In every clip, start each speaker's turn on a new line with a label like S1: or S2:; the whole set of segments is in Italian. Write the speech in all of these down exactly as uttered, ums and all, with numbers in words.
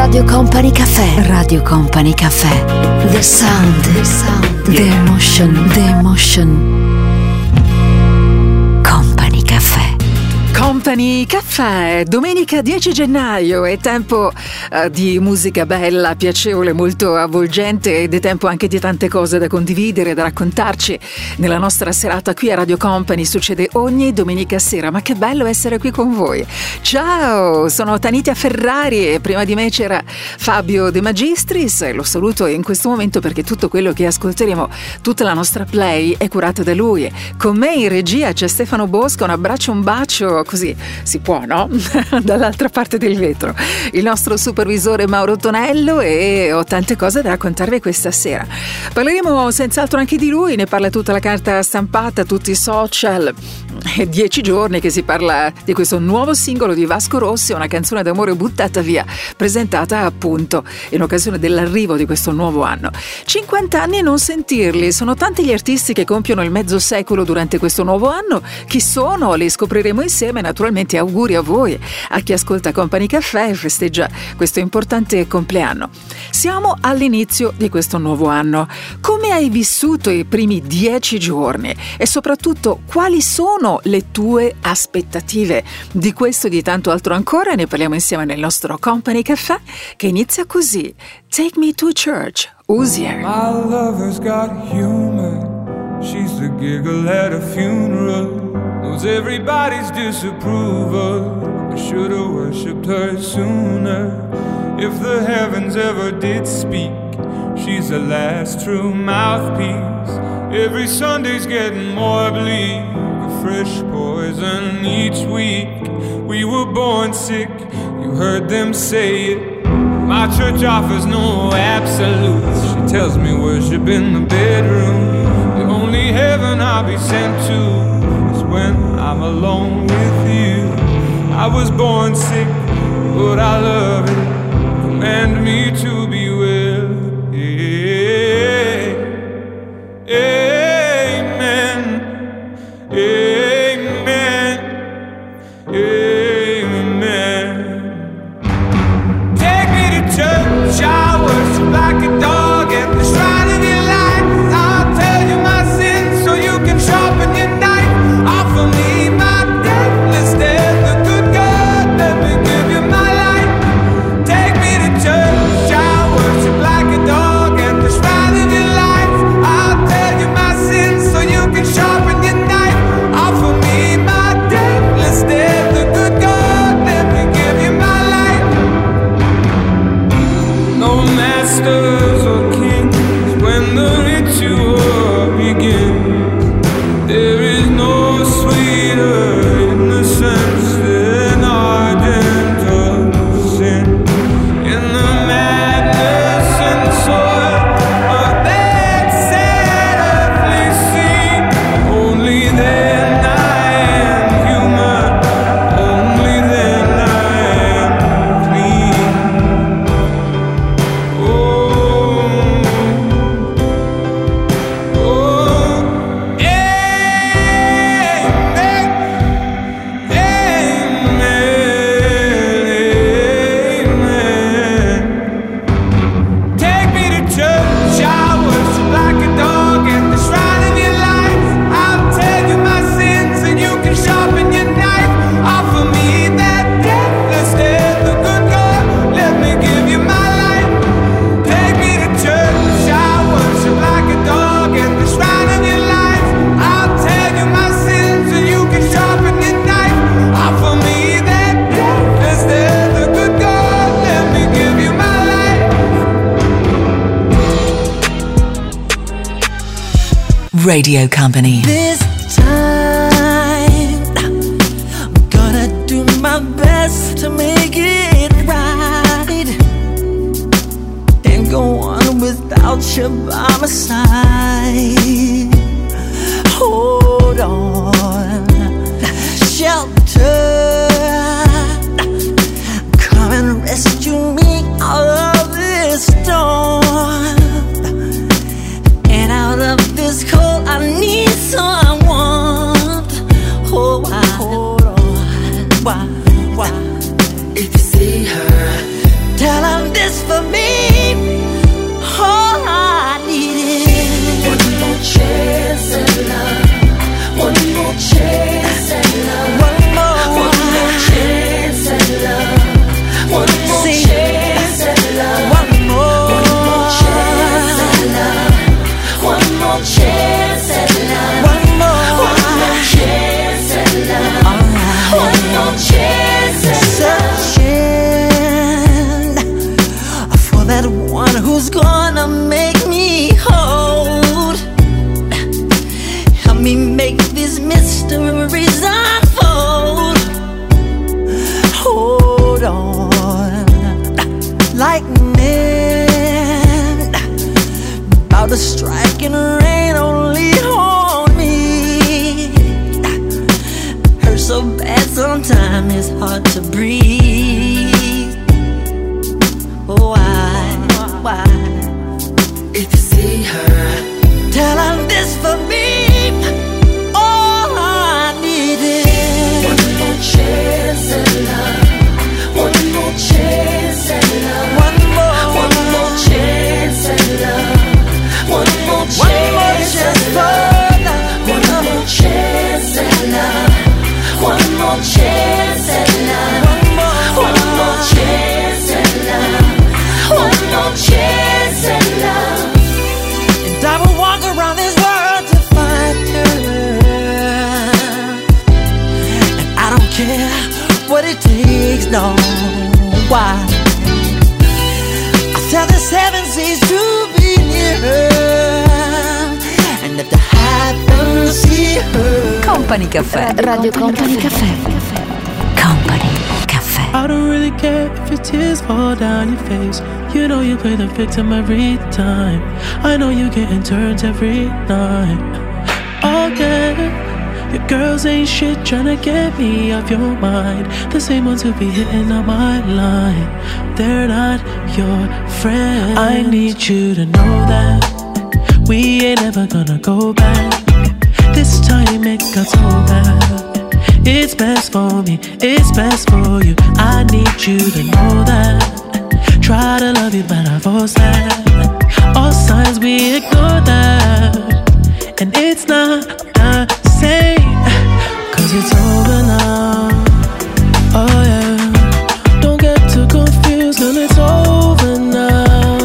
S1: Radio Company Cafè. Radio Company Cafè. The sound. The sound. The emotion. The emotion. Company Cafè.
S2: Company Caffè, domenica dieci gennaio, è tempo uh, di musica bella, piacevole, molto avvolgente ed è tempo anche di tante cose da condividere, da raccontarci nella nostra serata qui a Radio Company. Succede ogni domenica sera, ma che bello essere qui con voi. Ciao, sono Tanitia Ferrari e prima di me c'era Fabio De Magistris e lo saluto in questo momento perché tutto quello che ascolteremo, tutta la nostra play è curata da lui. Con me in regia c'è Stefano Bosca, un abbraccio, un bacio, così si può, no? Dall'altra parte del vetro il nostro supervisore Mauro Tonello, e ho tante cose da raccontarvi questa sera. Parleremo senz'altro anche di lui, ne parla tutta la carta stampata, tutti i social. È dieci giorni che si parla di questo nuovo singolo di Vasco Rossi, una canzone d'amore buttata via, presentata appunto in occasione dell'arrivo di questo nuovo anno. cinquanta anni e non sentirli, sono tanti gli artisti che compiono il mezzo secolo durante questo nuovo anno. Chi sono? Li scopriremo insieme. Naturalmente auguri a voi, a chi ascolta Company Cafè e festeggia questo importante compleanno. Siamo all'inizio di questo nuovo anno. Come hai vissuto i primi dieci giorni? E soprattutto quali sono le tue aspettative di questo e di tanto altro ancora? Ne parliamo insieme nel nostro Company Cafè, che inizia così. Take Me to Church, Hozier.
S3: My lover's got humor. She's the giggle at a funeral. Knows everybody's disapproval. I should have worshipped her sooner. If the heavens ever did speak, she's the last true mouthpiece. Every Sunday's getting more bleak, a fresh poison each week. We were born sick, you heard them say it. My church offers no absolutes. She tells me worship in the bedroom. The only heaven I'll be sent to when I'm alone with you. I was born sick, but I love it. Command me to be well. Yeah. Amen. Amen. Amen. Take me to church. I worship like a dog at the shrine of your light. I'll tell you my sins so you can sharpen your knife. Offer me my deathless death, the good God, let me give you my life. Take me to church, I worship like a dog at the shrine of your life. I'll tell you my sins so you can sharpen your knife. Offer me my deathless death, the good God, let me give you my life. No masters or kings when the ritual begins. There is no sweeter innocence than our gentle sin. In the madness and soil of that sad earthly scene, only then I am human, only then I am clean. Oh, oh, yeah.
S1: Radio Company.
S4: This time I'm gonna do my best to make it right and go on without you by my side. Hold on, shelter, come and rescue me out of this storm and out of this cold. I need someone. Oh, why? Hold on. Why? Why? If you see her, tell her. why. If you see her, tell her this for me. All I need is one more chance at love. One more chance at love. One more, one more chance at love. One more chance, one more chance for love. One more chance at love. One more chance at love. One more chance at love. One more chance at love. And I will walk around this world to find her. And I don't care what it takes, no. Why? I tell the seven seas to be near her. And if the heavens see her.
S1: Company Caffè. Radio Company Caffè. Company Caffè.
S5: I don't really care if your tears fall down your face. You know you play the victim every time. I know you getting turns every night. Okay. Your girls ain't shit tryna get me off your mind. The same ones who be hitting on my line. They're not your friends. I need you to know that we ain't ever gonna go back. This time it got so bad. It's best for me, it's best for you. I need you to know that. Try to love you but I force that. All signs we ignore that. And it's not the same. Cause it's over now. Oh yeah. Don't get too confused, girl, it's over now.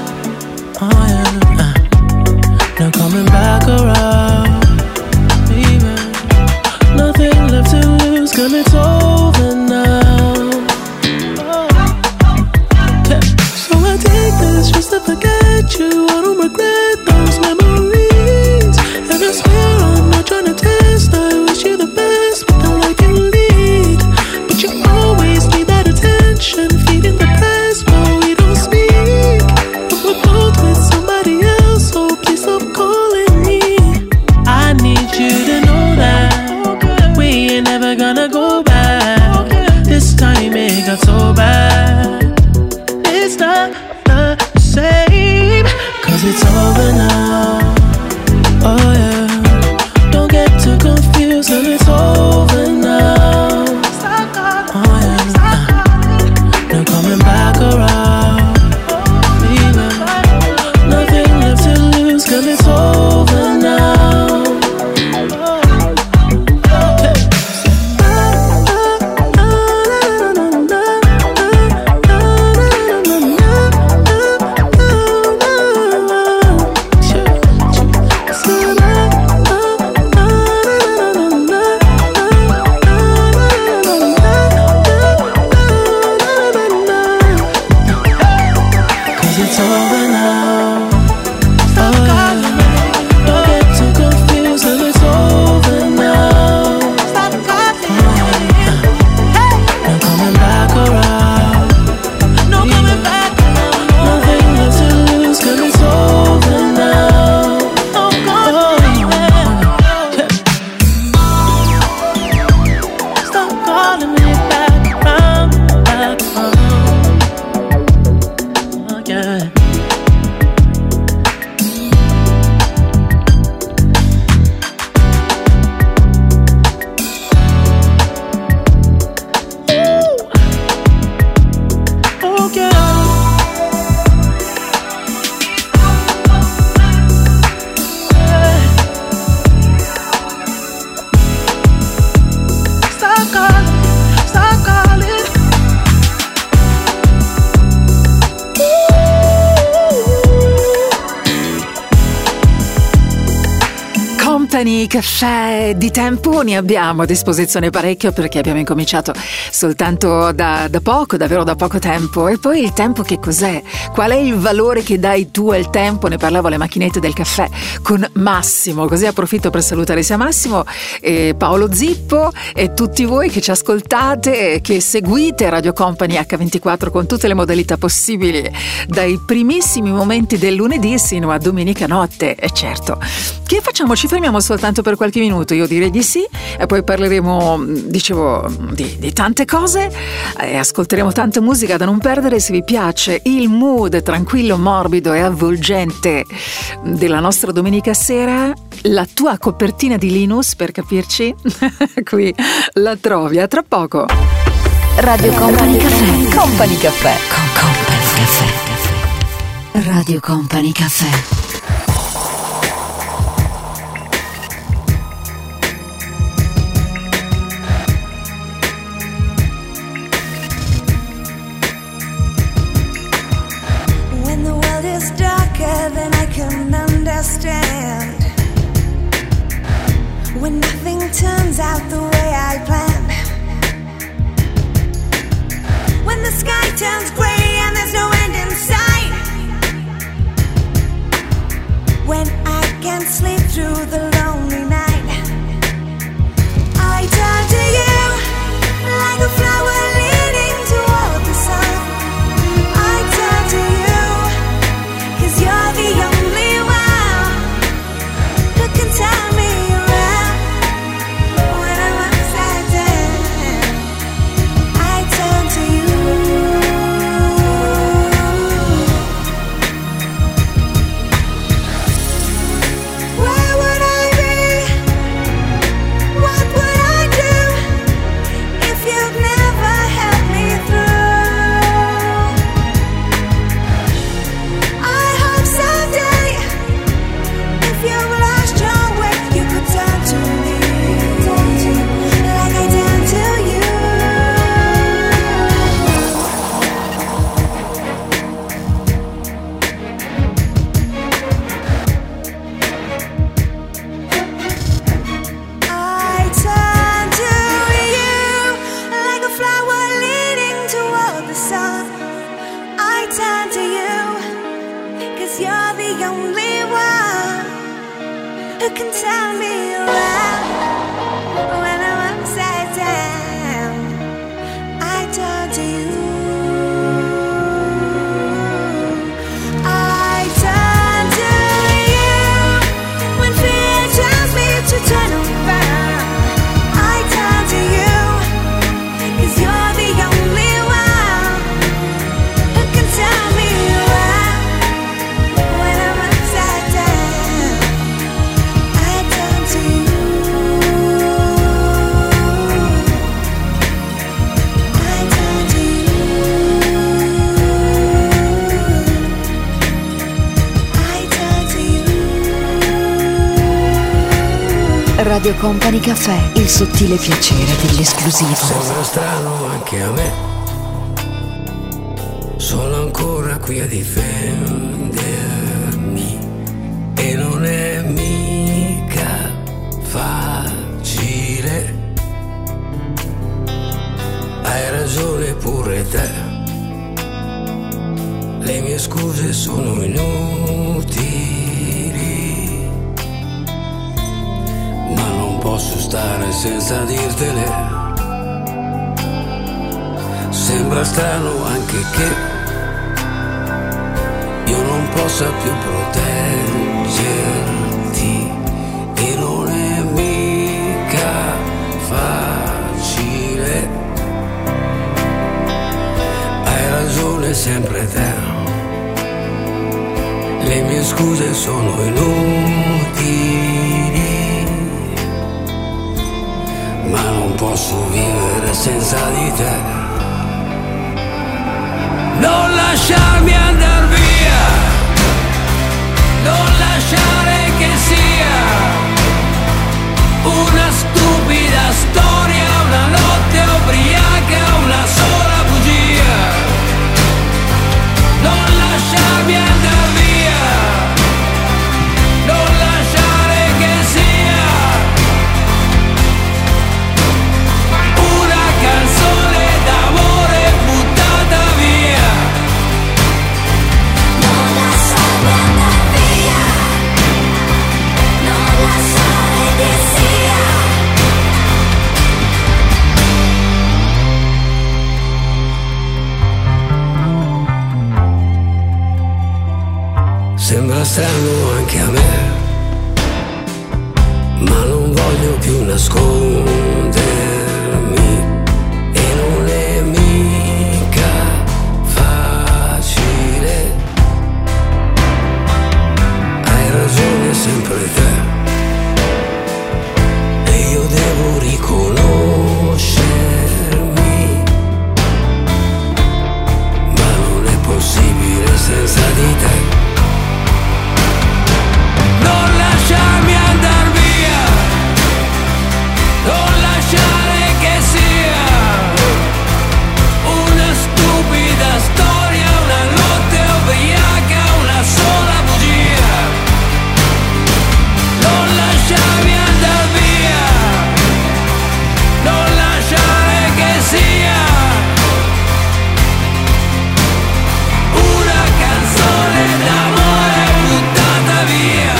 S5: Oh yeah. uh, Now coming back around, baby. Nothing left to lose, girl, it's over now. Oh. Yeah. So I take this just to forget you. I don't regret those memories. And I swear I'm not trying to test. I wish you the best, but I like you lead. But you always need that attention, feeding the press while we don't speak. But we're both with somebody else, so please stop calling me. I need you to know that we ain't never gonna go back. This time it got so bad. It's not the same. Cause it's over now. Oh yeah. Don't get too confused when it's over now. Oh yeah. No coming back around. Baby. Nothing left to lose, girl, it's over now. It's over now. Oh, yeah. Don't get too confused when it's over now. Oh, yeah. No coming back around. No coming back around. Nothing left to lose, 'cause it's over now. Oh, yeah. Stop calling me back around, back around. Yeah.
S2: Company Caffè, di tempo ne abbiamo a disposizione parecchio perché abbiamo incominciato soltanto da, da poco, davvero da poco tempo. E poi il tempo che cos'è? Qual è il valore che dai tu al tempo? Ne parlavo alle macchinette del caffè con Massimo, così approfitto per salutare sia Massimo e Paolo Zippo e tutti voi che ci ascoltate e che seguite Radio Company acca ventiquattro con tutte le modalità possibili, dai primissimi momenti del lunedì sino a domenica notte. E certo, che facciamo? Ci fermiamo solo soltanto per qualche minuto? Io direi di sì, e poi parleremo, dicevo, di, di tante cose e ascolteremo tanta musica da non perdere. Se vi piace il mood tranquillo, morbido e avvolgente della nostra domenica sera, la tua copertina di Linus, per capirci, qui la trovi a tra poco.
S1: Radio Company Cafè. Company Cafè. Con Company Cafè. Radio Company Cafè.
S6: When nothing turns out the way I planned, when the sky turns gray and there's no end in sight, when I can't sleep through the lonely night, I turn to you like a flower leaning toward the sun. I turn to you 'cause you're the only one who can tell me
S1: Radio Company Cafè, il sottile piacere dell'esclusivo.
S7: Sembra strano anche a me, sono ancora qui a difendermi e non è mica facile. Hai ragione pure te, le mie scuse sono inutili. Posso stare senza dirtele. Sembra strano anche che io non possa più proteggerti e non è mica facile. Hai ragione sempre te, le mie scuse sono inutili. Ma non posso vivere senza di te. Non lasciarmi andar via, non lasciare che sia una stupida storia, una notte ubriaca, una sola bugia. Non lasciarmi andar via, non lasciare che sia canzone d'amore buttata via.
S6: Non lasciare andare via, non lasciare che
S7: sia. Sembra strano anche a me,
S8: ma non voglio più nascondermi e non è mica facile. Hai ragione sempre te e io devo riconoscermi, ma non è possibile senza di te.
S7: Non lasciarmi andar via, non lasciare che sia una stupida storia, una notte ubriaca, una sola bugia. Non lasciarmi andar via, non lasciare che sia una canzone d'amore buttata via.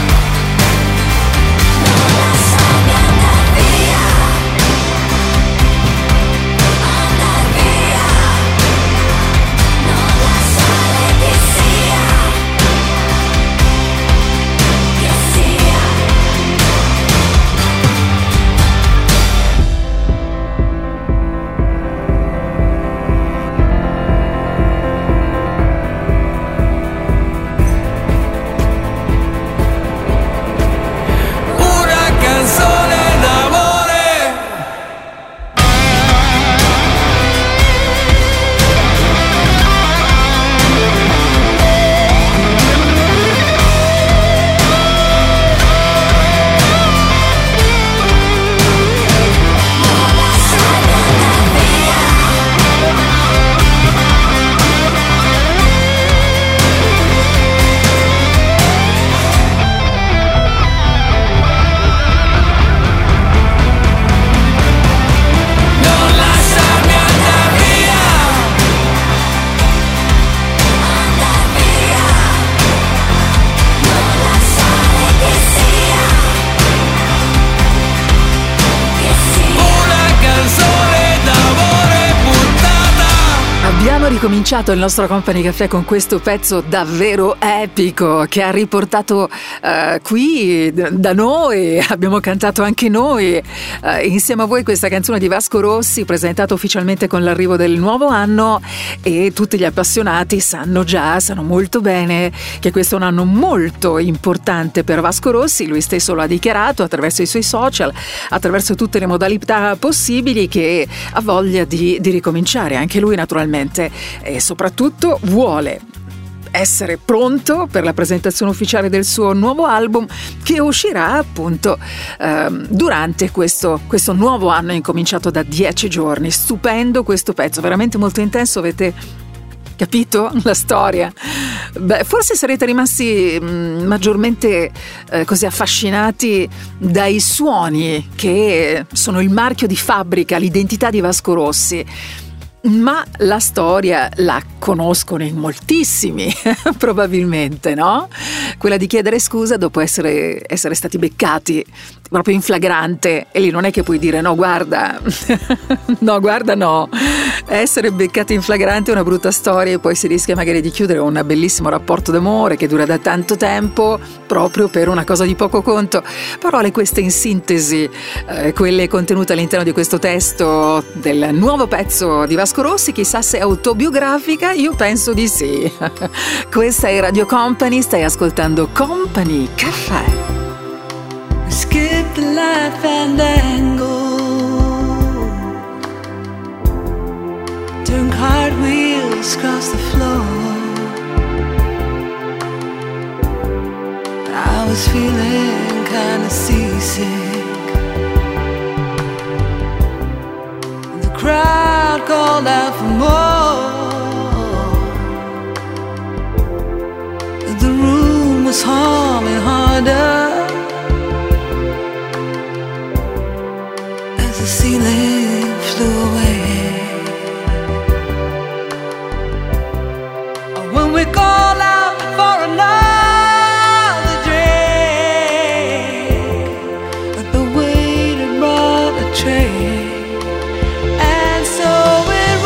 S7: Una canzone d'amore. Non lasciarmi andar via, andar via, non lasciare che sia, che sia una canzone d'amore buttata.
S2: Abbiamo ricominciato il nostro Company Café con questo pezzo davvero epico che ha riportato eh, qui d- da noi, abbiamo cantato anche noi eh, insieme a voi questa canzone di Vasco Rossi, presentata ufficialmente con l'arrivo del nuovo anno, e tutti gli appassionati sanno già, sanno molto bene che questo è un anno molto importante per Vasco Rossi. Lui stesso lo ha dichiarato attraverso i suoi social, attraverso tutte le modalità possibili, che ha voglia di, di ricominciare anche lui naturalmente, e soprattutto vuole essere pronto per la presentazione ufficiale del suo nuovo album, che uscirà appunto ehm, durante questo, questo nuovo anno incominciato da dieci giorni. Stupendo questo pezzo, veramente molto intenso. Avete capito la storia? Beh, forse sarete rimasti mh, maggiormente eh, così affascinati dai suoni che sono il marchio di fabbrica, l'identità di Vasco Rossi. Ma la storia la conoscono in moltissimi, probabilmente, no? Quella di chiedere scusa dopo essere, essere stati beccati proprio in flagrante, e lì non è che puoi dire no guarda, no guarda no, essere beccati in flagrante è una brutta storia, e poi si rischia magari di chiudere un bellissimo rapporto d'amore che dura da tanto tempo proprio per una cosa di poco conto. Parole queste in sintesi, eh, quelle contenute all'interno di questo testo del nuovo pezzo di Vasco Rossi. Chissà se è autobiografica, io penso di sì. Questa è Radio Company, stai ascoltando Company Café.
S4: Skip the light fandango, turn cartwheels across the floor. I was feeling kinda seasick. The crowd called out for more. The room was humming harder as the ceiling flew away. When we called out for another drink, but the waiter brought a tray. And so it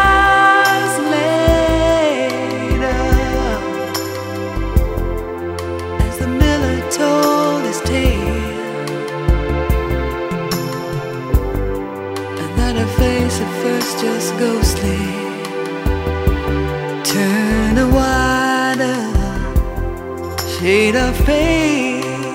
S4: was later shade of fade.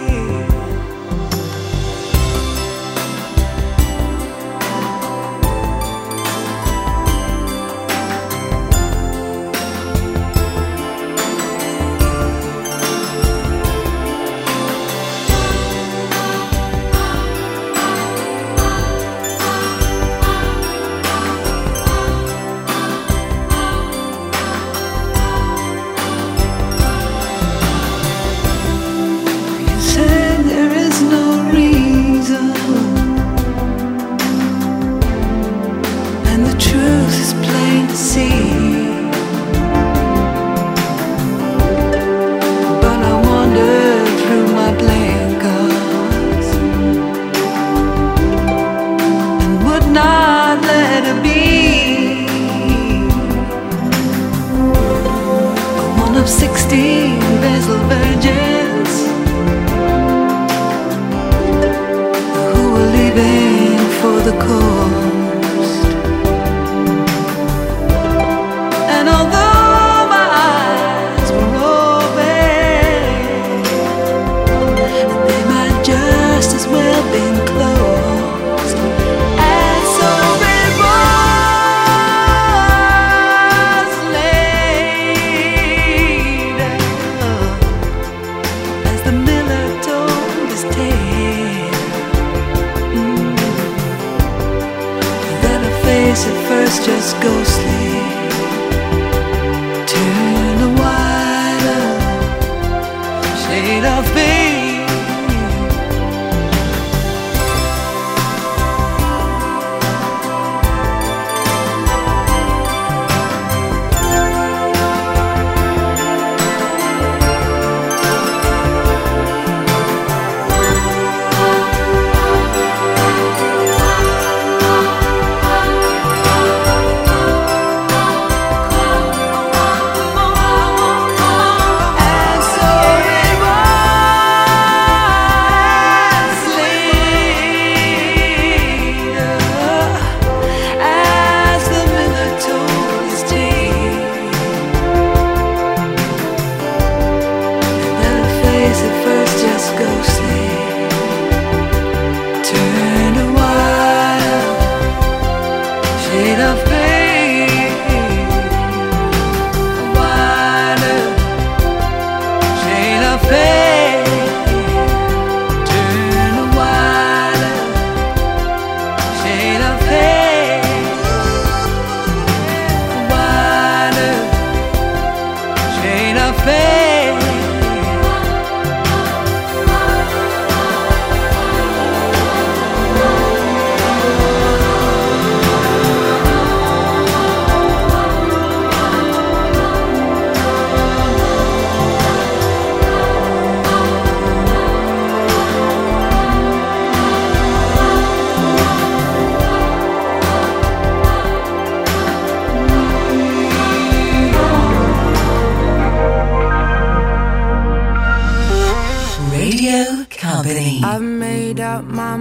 S9: I've made up my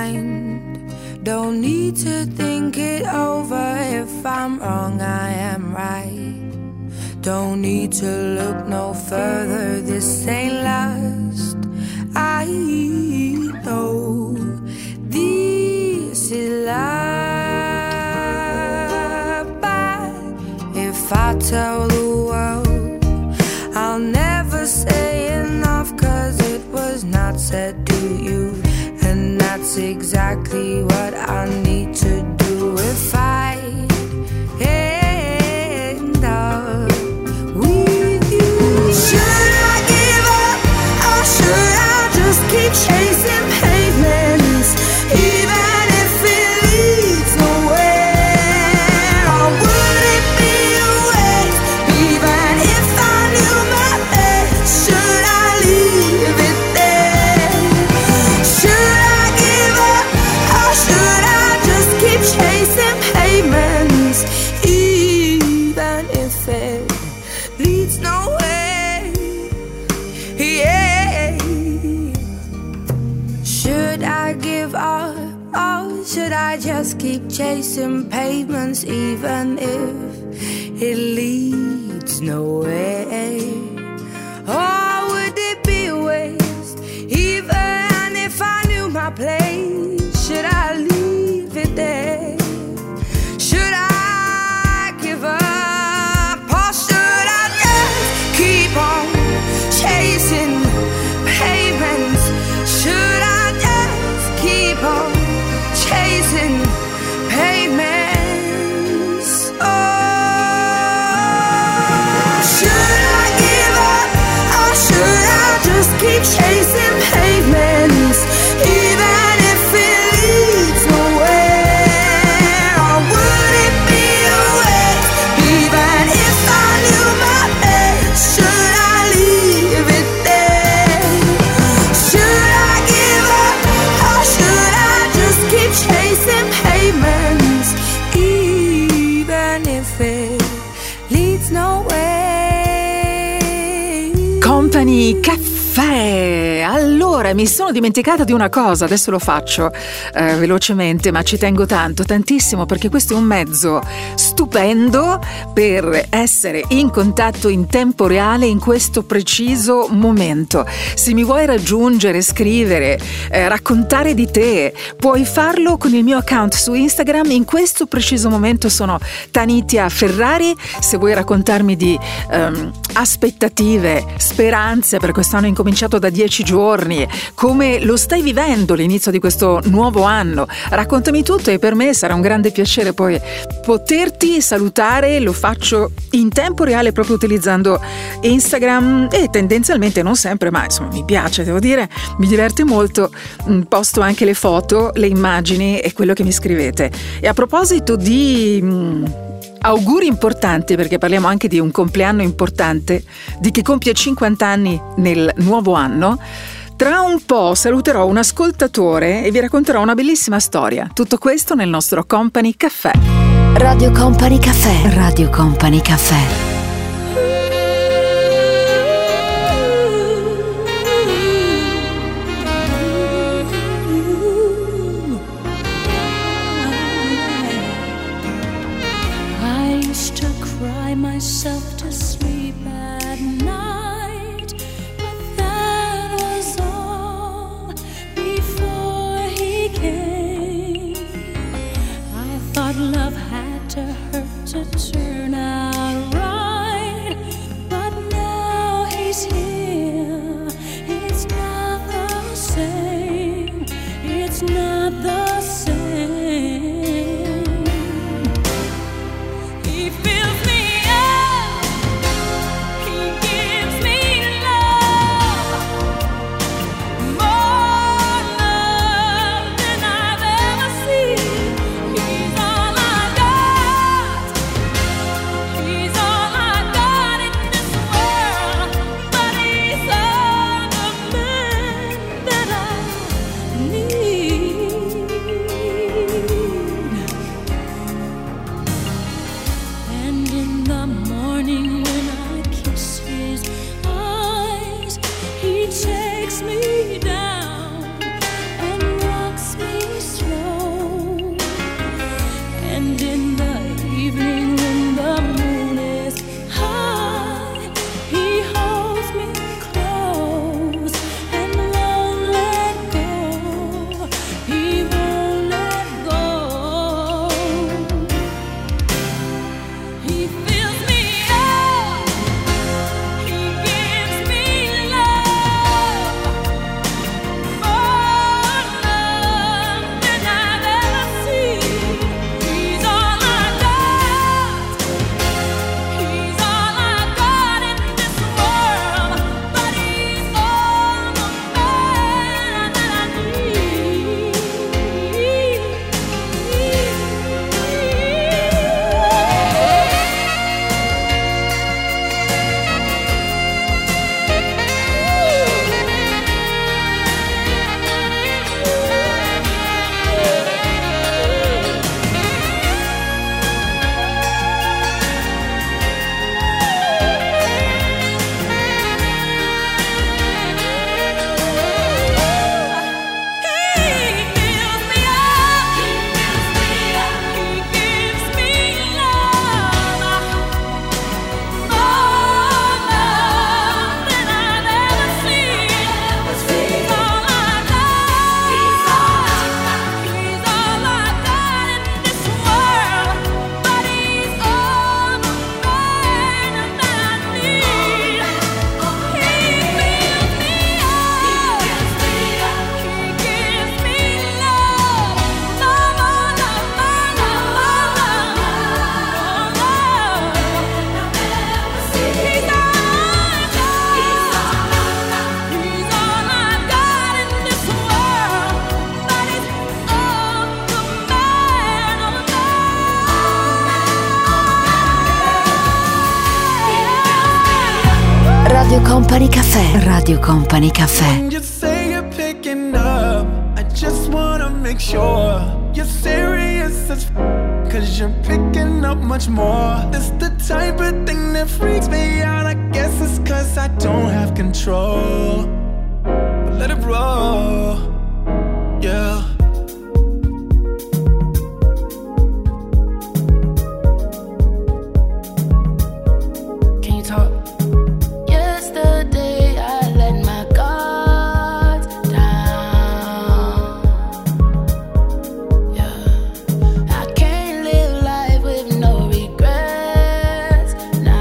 S9: mind, don't need to think it over. If I'm wrong, I am right. Don't need to look no further, this ain't last. I know this is life, but if I tell the world, I'll never say enough, 'cause it was not said to you, and that's exactly what I need to do if I end up with you. Should I give up, or should I just keep chasing pavements, even if it leads nowhere? Or would it be a waste, even if I knew my best? Should I leave it there? Should I give up, or should I just keep chasing pavements, even if it leads nowhere? Yeah. Should I give up, or should I just keep chasing pavements, even if it leads nowhere? Or would it be
S2: Company Caffè. Allora, mi sono dimenticata di una cosa, adesso lo faccio eh, velocemente, ma ci tengo tanto, tantissimo, perché questo è un mezzo stupendo per essere in contatto in tempo reale in questo preciso momento. Se mi vuoi raggiungere, scrivere, eh, raccontare di te, puoi farlo con il mio account su Instagram. In questo preciso momento sono Tanitia Ferrari. Se vuoi raccontarmi di ehm, aspettative, speranze per quest'anno incominciato da dieci giorni, come lo stai vivendo l'inizio di questo nuovo anno, raccontami tutto e per me sarà un grande piacere poi poterti salutare. Lo faccio in tempo reale proprio utilizzando Instagram e tendenzialmente, non sempre, ma insomma mi piace, devo dire, mi diverte molto, posto anche le foto, le immagini e quello che mi scrivete. E a proposito di mh, auguri importanti, perché parliamo anche di un compleanno importante, di chi compie cinquanta anni nel nuovo anno, tra un po' saluterò un ascoltatore e vi racconterò una bellissima storia. Tutto questo nel nostro Company Caffè.
S1: Radio Company Caffè. Radio Company Caffè.
S10: Myself to sleep at night, but that was all before he came. I thought love had to hurt to turn out right, but now he's here. It's not the same. It's not the same. He feels me.
S1: Radio Company Caffè. Radio Company Caffè.
S11: When you say you're picking up, I just wanna make sure you're serious as f- cause you're picking up much more. It's the type of thing that freaks me out. I guess it's cause cause I don't have control. But let it roll, yeah.
S12: Can you talk? Yesterday I let my guard down. Yeah, I can't live life with no regrets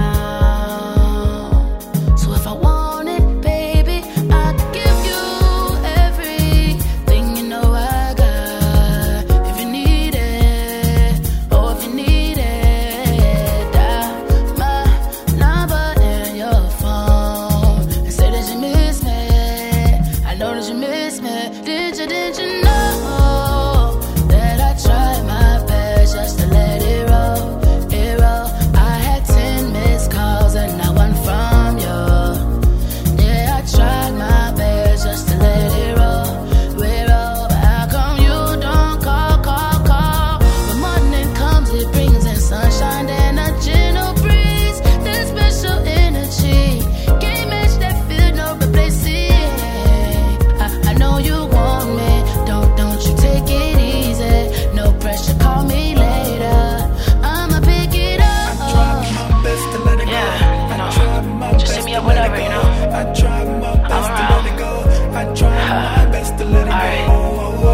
S12: now. So if I want it, baby, I'll give you everything you know I got. If you need it, oh if you need it, dial my number in your phone and say that you miss me. I know that you miss me. Did you, did you know that I tried my best just to let it roll, it roll? I had ten missed calls and not one from you. Yeah, I tried my best just to let it roll, it roll. How come you don't call, call, call? When morning comes, it brings in sunshine and a gentle breeze. That special energy can't match that feel, no replacing. I, I know you want me, don't, don't you take it easy. No pressure, call me later. I'ma pick it up.
S11: I tried my best to let it go.
S12: Yeah, I know.
S11: I tried my
S12: Just
S11: best
S12: hit me
S11: to
S12: up
S11: let it
S12: whenever,
S11: go.
S12: you know.
S11: I tried my best to
S12: around.
S11: let it go. I tried my best to let it
S12: Alright.
S11: go. Oh,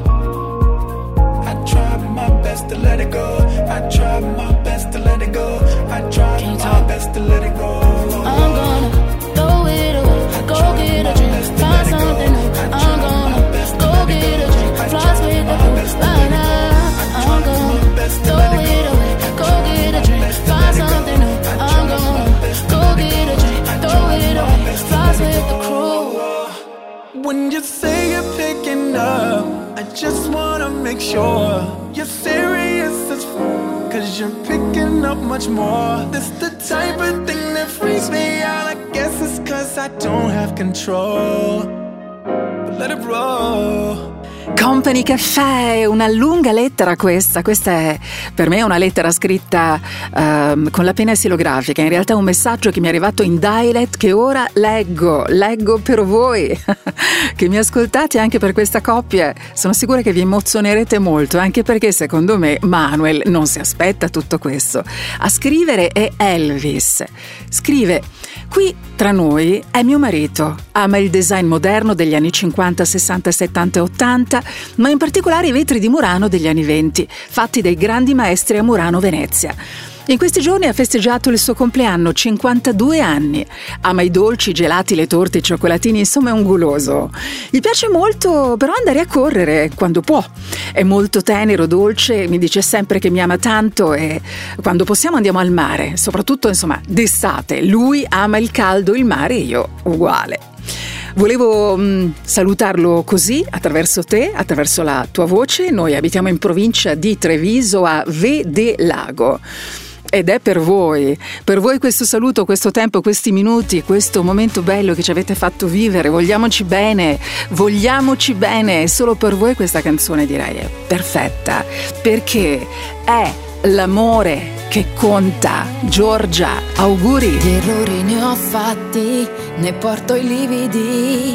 S11: oh. I tried my best to let it go. I tried my best to let it go. I tried
S12: Can you
S11: my
S12: talk?
S11: best to let it go. Oh,
S12: I'm gonna throw it away, go get a drink, find something new. I'm gonna go get a drink, flies with the crew, right now. I'm gonna throw it away, go get a drink, find something new. I'm gonna go get a drink, throw it away, flies with the crew.
S11: when you say you're picking up, I just wanna make sure you're serious as f- cause you're picking up much more. This the type of thing that freaks me out. I guess it's cause I don't have control. But let it roll.
S2: Company Cafè, una lunga lettera questa, questa è per me una lettera scritta um, con la penna stilografica, in realtà è un messaggio che mi è arrivato in dialect che ora leggo, leggo per voi che mi ascoltate, anche per questa coppia sono sicura che vi emozionerete molto, anche perché secondo me Manuel non si aspetta tutto questo. A scrivere è Elvis, scrive: qui tra noi è mio marito, ama il design moderno degli anni cinquanta, sessanta, settanta e ottanta, ma in particolare i vetri di Murano degli anni venti, fatti dai grandi maestri a Murano, Venezia. In questi giorni ha festeggiato il suo compleanno, cinquantadue anni. Ama i dolci, i gelati, le torte, i cioccolatini, insomma è un guloso. Gli piace molto però andare a correre quando può. È molto tenero, dolce, mi dice sempre che mi ama tanto e quando possiamo andiamo al mare, soprattutto insomma d'estate. Lui ama il caldo, il mare, io uguale. Volevo mh, salutarlo così, attraverso te, attraverso la tua voce. Noi abitiamo in provincia di Treviso, a Vedelago. Ed è per voi, per voi questo saluto, questo tempo, questi minuti, questo momento bello che ci avete fatto vivere. Vogliamoci bene, vogliamoci bene. Solo per voi questa canzone direi è perfetta, perché è l'amore che conta. Giorgia, auguri.
S13: Di errori ne ho fatti, ne porto i lividi,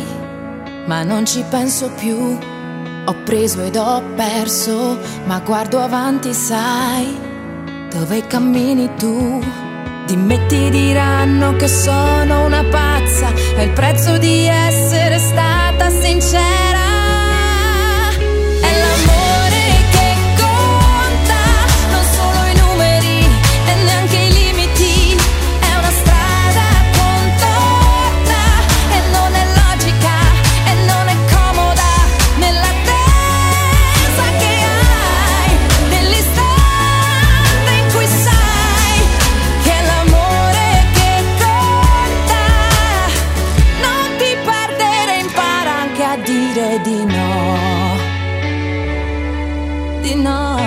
S13: ma non ci penso più. Ho preso ed ho perso, ma guardo avanti, sai dove cammini tu. Di me ti diranno che sono una pazza, è il prezzo di essere stata sincera. È l'amore che conta, non solo i numeri e neanche i limiti. È una strada contorta e non è logica e non è comoda nell'attesa che hai, nell'istante in cui sai che è l'amore che conta. Non ti perdere, impara anche a dire di no, di no.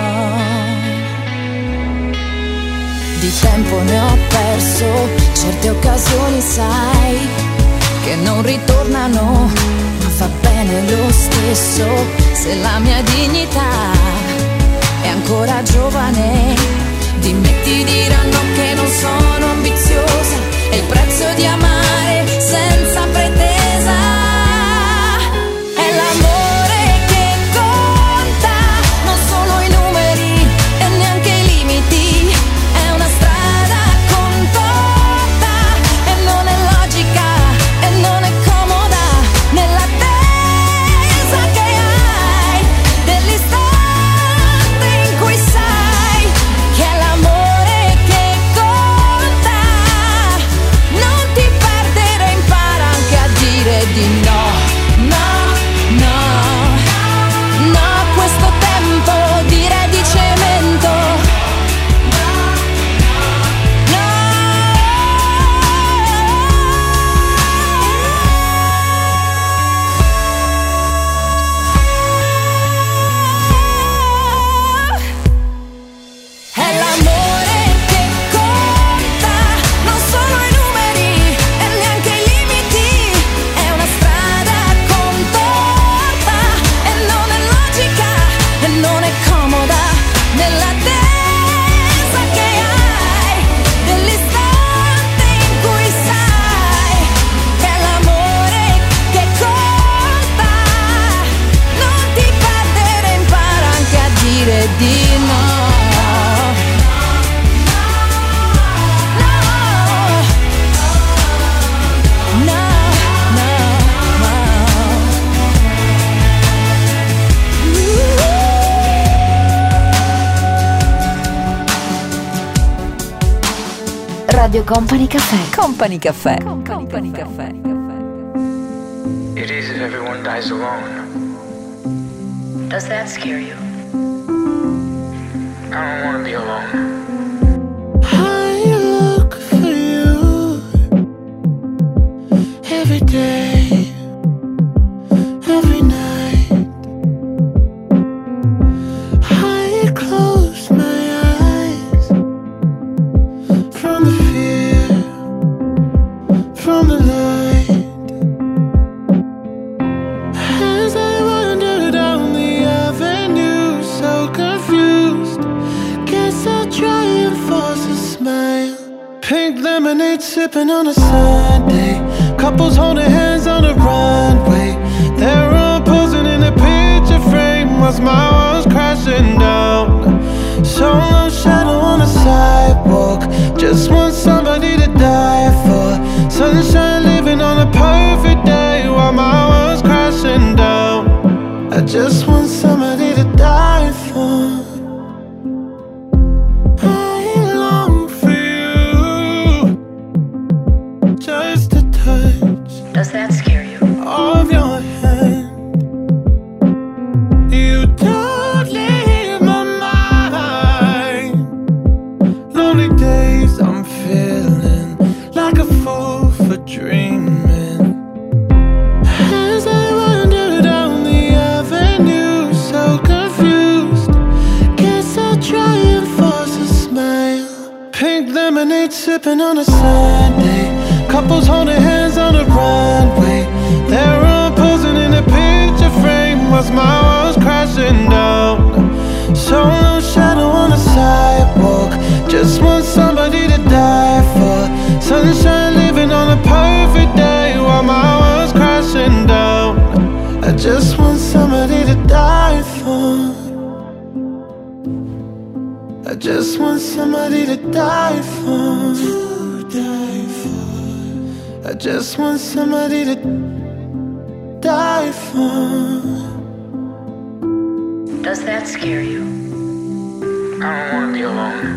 S13: Di tempo ne ho perso, certe occasioni sai che non ritornano, ma fa bene lo stesso se la mia dignità è ancora giovane. Di me ti diranno che non sono ambiziosa, è il prezzo di amare
S1: Radio Company Cafè. Company Cafè. Company Cafè.
S14: It is if everyone dies alone.
S1: Does that scare you?
S14: I don't want to be alone.
S11: I look for you every day, every night. I close my eyes from the fear, from the light. As I wander down the avenue, so confused, guess I'll try and force a smile. Pink lemonade sipping on a Sunday, couples holding hands on the runway. They're all posing in a picture frame whilst my world's crashing down. Solo shadow on the sidewalk, just want somebody to die for. Sunshine living on a perfect day while my world's crashing down. I just want somebody to die for. I long for you, just a touch.
S1: Does that scare you?
S11: Of your hand. You don't leave my mind. Lonely days I'm feeling like a fool for dreaming. As I wander down the avenue, so confused, guess I'll try and force a smile. Pink lemonade sipping on a Sunday, couples holding hands on the runway. They're all posing in a picture frame whilst my world's crashing down. Solo shadow on the sidewalk, just want somebody to die for. Sunshine living on a perfect day while my world's crashing down. I just want somebody to die for. I just want somebody to die for. To die for. I just want somebody to die for.
S1: Does that scare you?
S14: I don't want to be alone.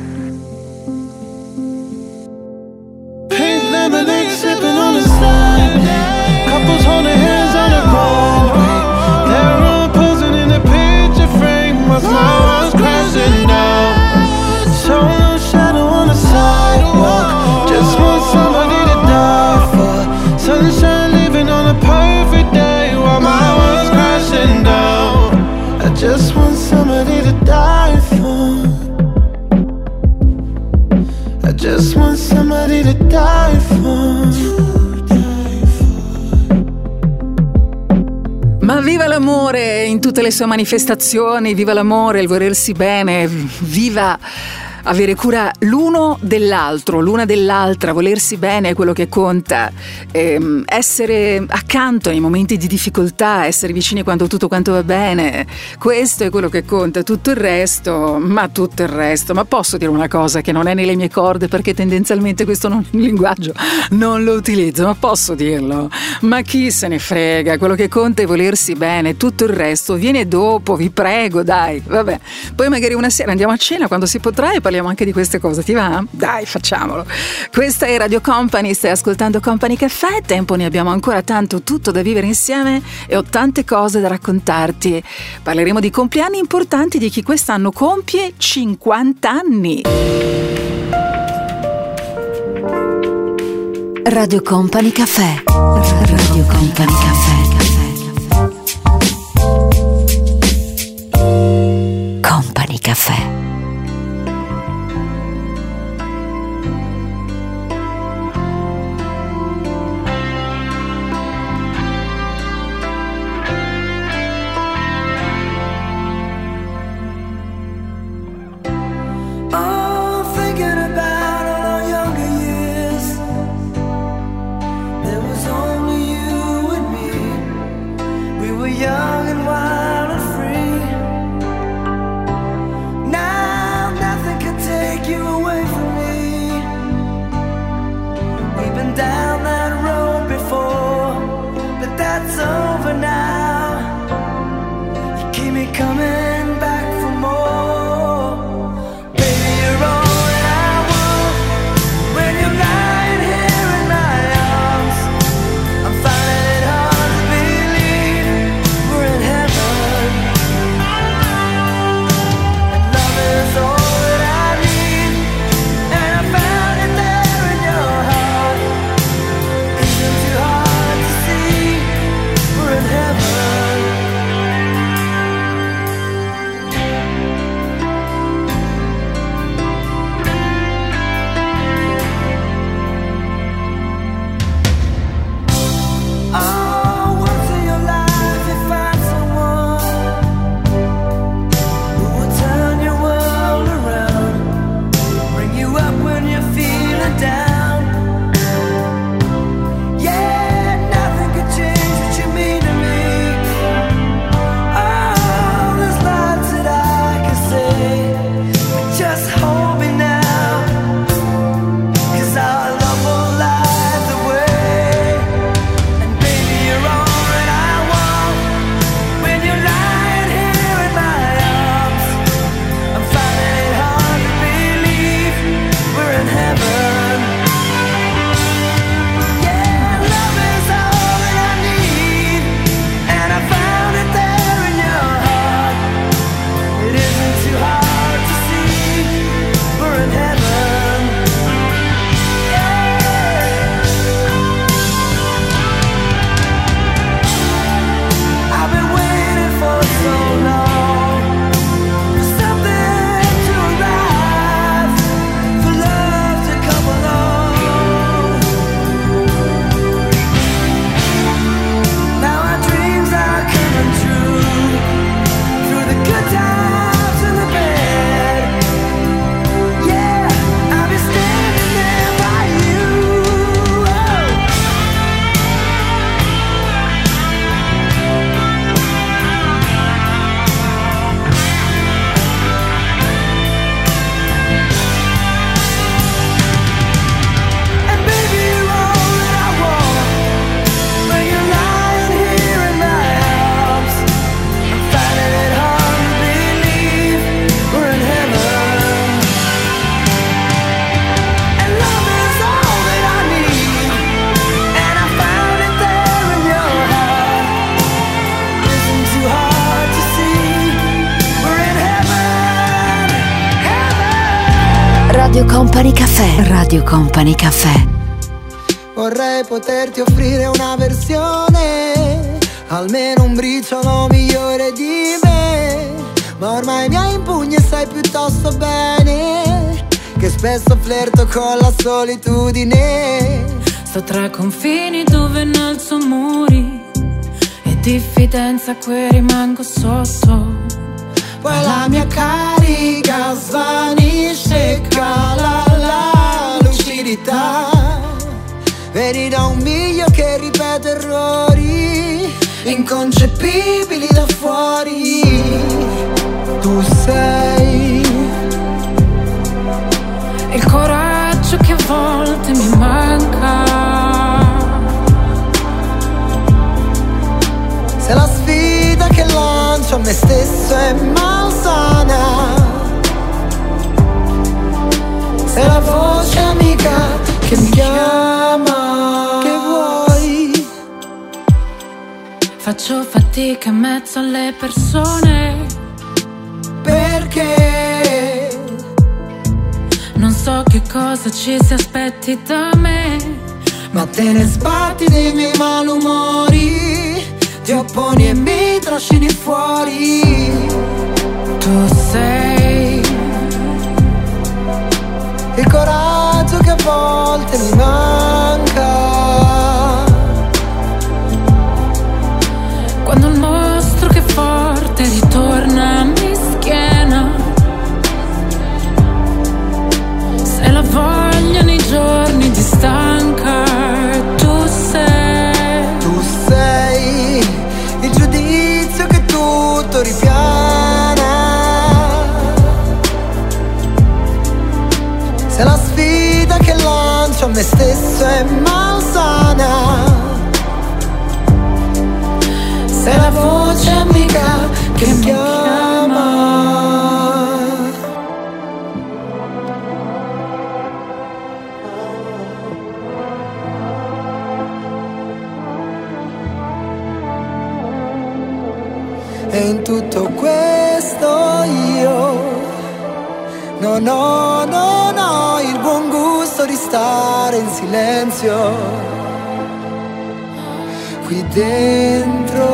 S11: Pink lemonade sipping on the Sunday, couples holding hands on the runway. They're all posing in a picture frame whilst my world's crashing down. Solo shadow on the sidewalk, just want somebody to die for. Sunshine living on a perfect day while my world's crashing down. I just want somebody to die for. I just want somebody to die for.
S2: Ma viva l'amore in tutte le sue manifestazioni, viva l'amore, il volersi bene, viva avere cura l'uno dell'altro, l'una dell'altra, volersi bene è quello che conta, ehm, essere accanto nei momenti di difficoltà, essere vicini quando tutto quanto va bene, questo è quello che conta. Tutto il resto, ma tutto il resto, ma posso dire una cosa che non è nelle mie corde perché tendenzialmente questo non, linguaggio non lo utilizzo, ma posso dirlo, ma chi se ne frega, quello che conta è volersi bene, tutto il resto viene dopo, vi prego, dai, vabbè, poi magari una sera andiamo a cena quando si potrà e parliamo anche di queste cose, ti va? Dai, facciamolo. Questa è Radio Company, stai ascoltando Company Cafè, tempo ne abbiamo ancora tanto, tutto da vivere insieme e ho tante cose da raccontarti. Parleremo di compleanni importanti di chi quest'anno compie cinquanta anni.
S1: Radio Company Cafè. Radio Company Cafè. Company Cafè.
S6: Only you and me.
S1: Company Cafè. Radio Company Cafè.
S15: Vorrei poterti offrire una versione, almeno un briciolo migliore di me, ma ormai mi hai in pugno e sai piuttosto bene che spesso flirto con la solitudine.
S10: Sto tra confini dove innalzo muri e diffidenza a cui rimango sotto.
S15: Poi la mia carica svanisce, cala la lucidità. Vedi da un miglio che ripete errori inconcepibili da fuori. Tu sei
S10: il coraggio che a volte mi manca.
S15: Se la sfida che lancio a me stesso è malsana, se la voce amica che mi chiama, che vuoi?
S10: Faccio fatica in mezzo alle persone,
S15: perché
S10: non so che cosa ci si aspetti da me,
S15: ma te ne sbatti dei miei malumori, ti opponi e mi trascini fuori.
S10: Tu sei
S15: il coraggio che a volte mi manca,
S10: quando il mostro che forte ritorna mi schiena, se la voglia nei giorni ti stanca. Tu sei,
S15: tu sei il giudizio che tutto ripiana, se la sfida che lancio a me stesso è malsana, se la voce amica che mi chiama. E in tutto questo io non ho, non ho il buon gusto di stare in silenzio qui dentro.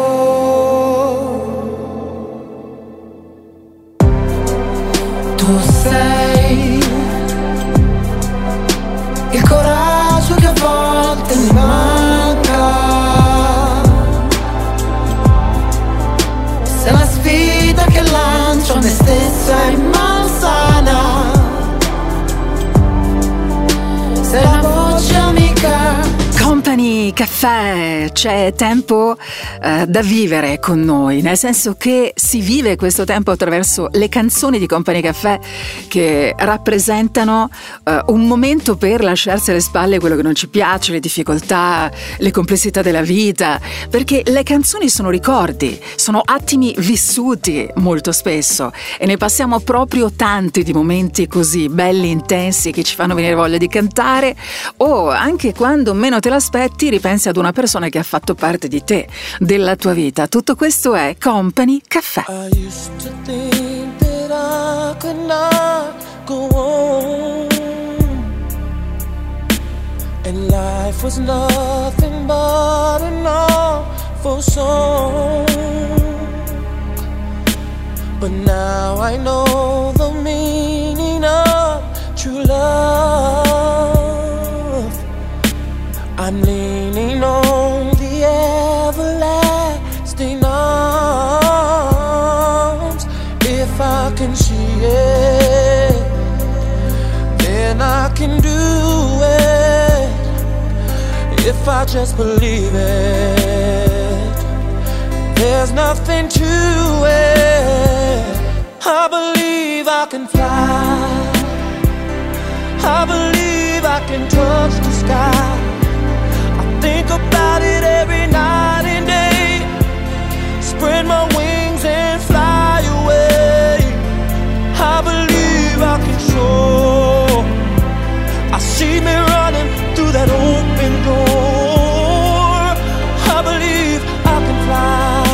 S15: Tu sei il coraggio che a volte mi manca, se la sfida che lancio a me stesso è malsana, se la voce amica.
S2: Company Cafè, c'è tempo eh, da vivere con noi, nel senso che si vive questo tempo attraverso le canzoni di Company Cafè che rappresentano eh, un momento per lasciarsi alle spalle quello che non ci piace, le difficoltà, le complessità della vita, perché le canzoni sono ricordi, sono attimi vissuti molto spesso e ne passiamo proprio tanti di momenti così belli, intensi, che ci fanno venire voglia di cantare, o anche quando meno te l'aspetti ripensi ad una persona che ha fatto parte di te, della tua vita. Tutto questo è Company Cafè.
S5: I used to think that I could not go on, and life was nothing but an awful song. But now I know the meaning of true love. I'm leaning on the everlasting arms. If I can see it, then I can do it. If I just believe it, there's nothing to it. I believe I can fly, I believe I can touch the sky. Think about it every night and day. Spread my wings and fly away. I believe I can soar. I see me running through that open door. I believe I can fly,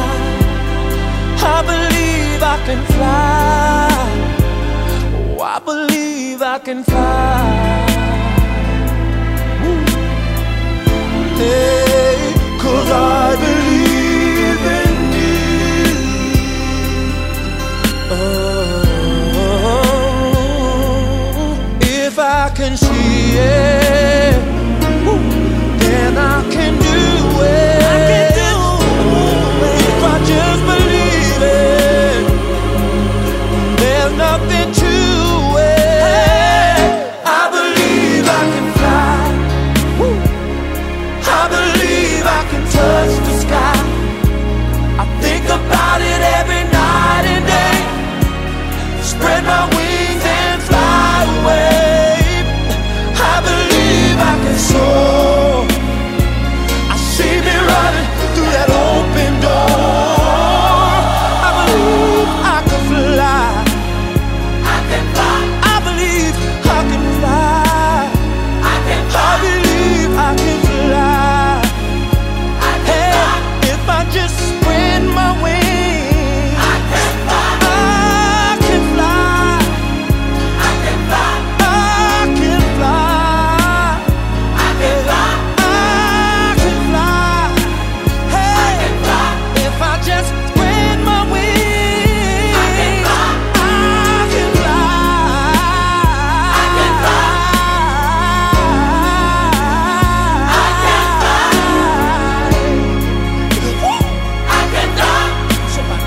S5: I believe I can fly. Oh, I believe I
S11: I can fly. Ooh. Hey, 'cause I believe in you. Oh, if I can see it, ooh, then I can do it. I can do it. If I just believe it, there's nothing to it. I believe I can fly. Woo. I believe I can touch the sky. I think about it every night and day. Spread my wings and fly away. I believe I can soar. I see me running through that open door. I believe I can fly. I can fly. I believe I can fly. I can fly. I believe I can fly. I can hey, fly. If I just spread my wings, I can fly. I can fly. I can fly. I can fly. I can fly. I can fly. Hey, I can fly. If I just spread my wings, I can fly. I can fly. I can fly. I can fly. Woo! I can fly. Somebody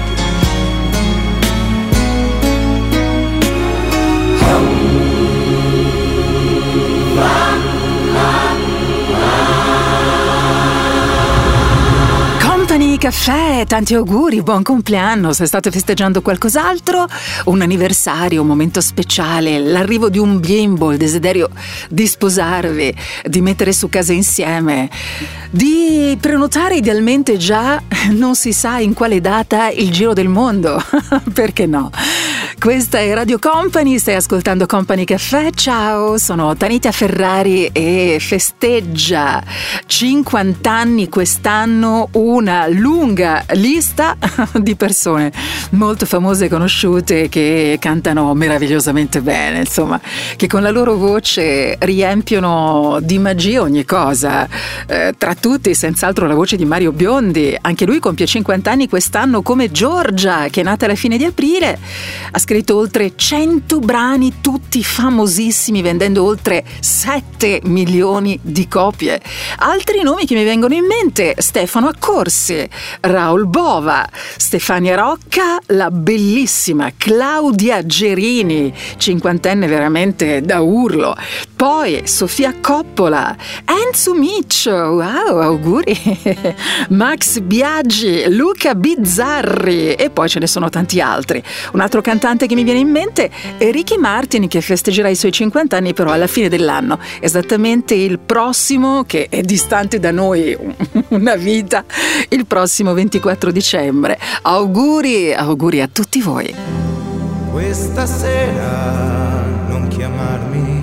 S2: Company Caffè, tanti auguri, buon compleanno. Se state festeggiando qualcos'altro, un anniversario, un momento speciale, l'arrivo di un bimbo, il desiderio di sposarvi, di mettere su casa insieme, di prenotare idealmente già non si sa in quale data il giro del mondo. Perché no? Questa è Radio Company, stai ascoltando Company Caffè. Ciao, sono Tanita Ferrari e festeggia cinquanta anni quest'anno una lunga lista di persone molto famose e conosciute che cantano meravigliosamente bene, insomma, che con la loro voce riempiono di magia ogni cosa. Eh, tra tutti, senz'altro, la voce di Mario Biondi. Anche lui compie cinquanta anni quest'anno, come Giorgia, che è nata alla fine di aprile. Ha scritto oltre cento brani, tutti famosissimi, vendendo oltre sette milioni di copie. Altri nomi che mi vengono in mente: Stefano Accorsi, Raul Bova, Stefania Rocca, la bellissima Claudia Gerini, cinquantenne veramente da urlo. Poi Sofia Coppola, Enzo Miccio, wow, auguri, Max Biaggi, Luca Bizzarri, e poi ce ne sono tanti altri. Un altro cantante che mi viene in mente è Ricky Martin, che festeggerà i suoi cinquanta anni però alla fine dell'anno, esattamente il prossimo, che è distante da noi una vita, il prossimo ventiquattro dicembre. Auguri, auguri a tutti voi.
S11: Questa sera non chiamarmi,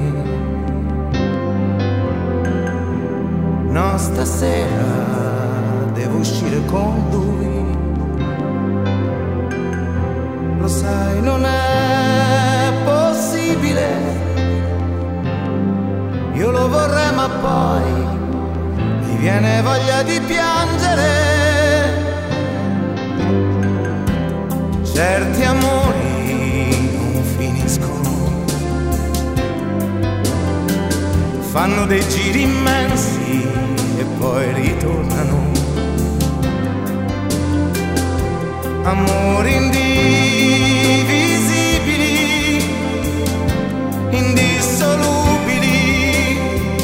S11: no, stasera devo uscire con lui. Lo sai, non è possibile, io lo vorrei ma poi mi viene voglia di piangere. Certi amori non finiscono, fanno dei giri immensi e poi ritornano. Amori indivisibili, indissolubili,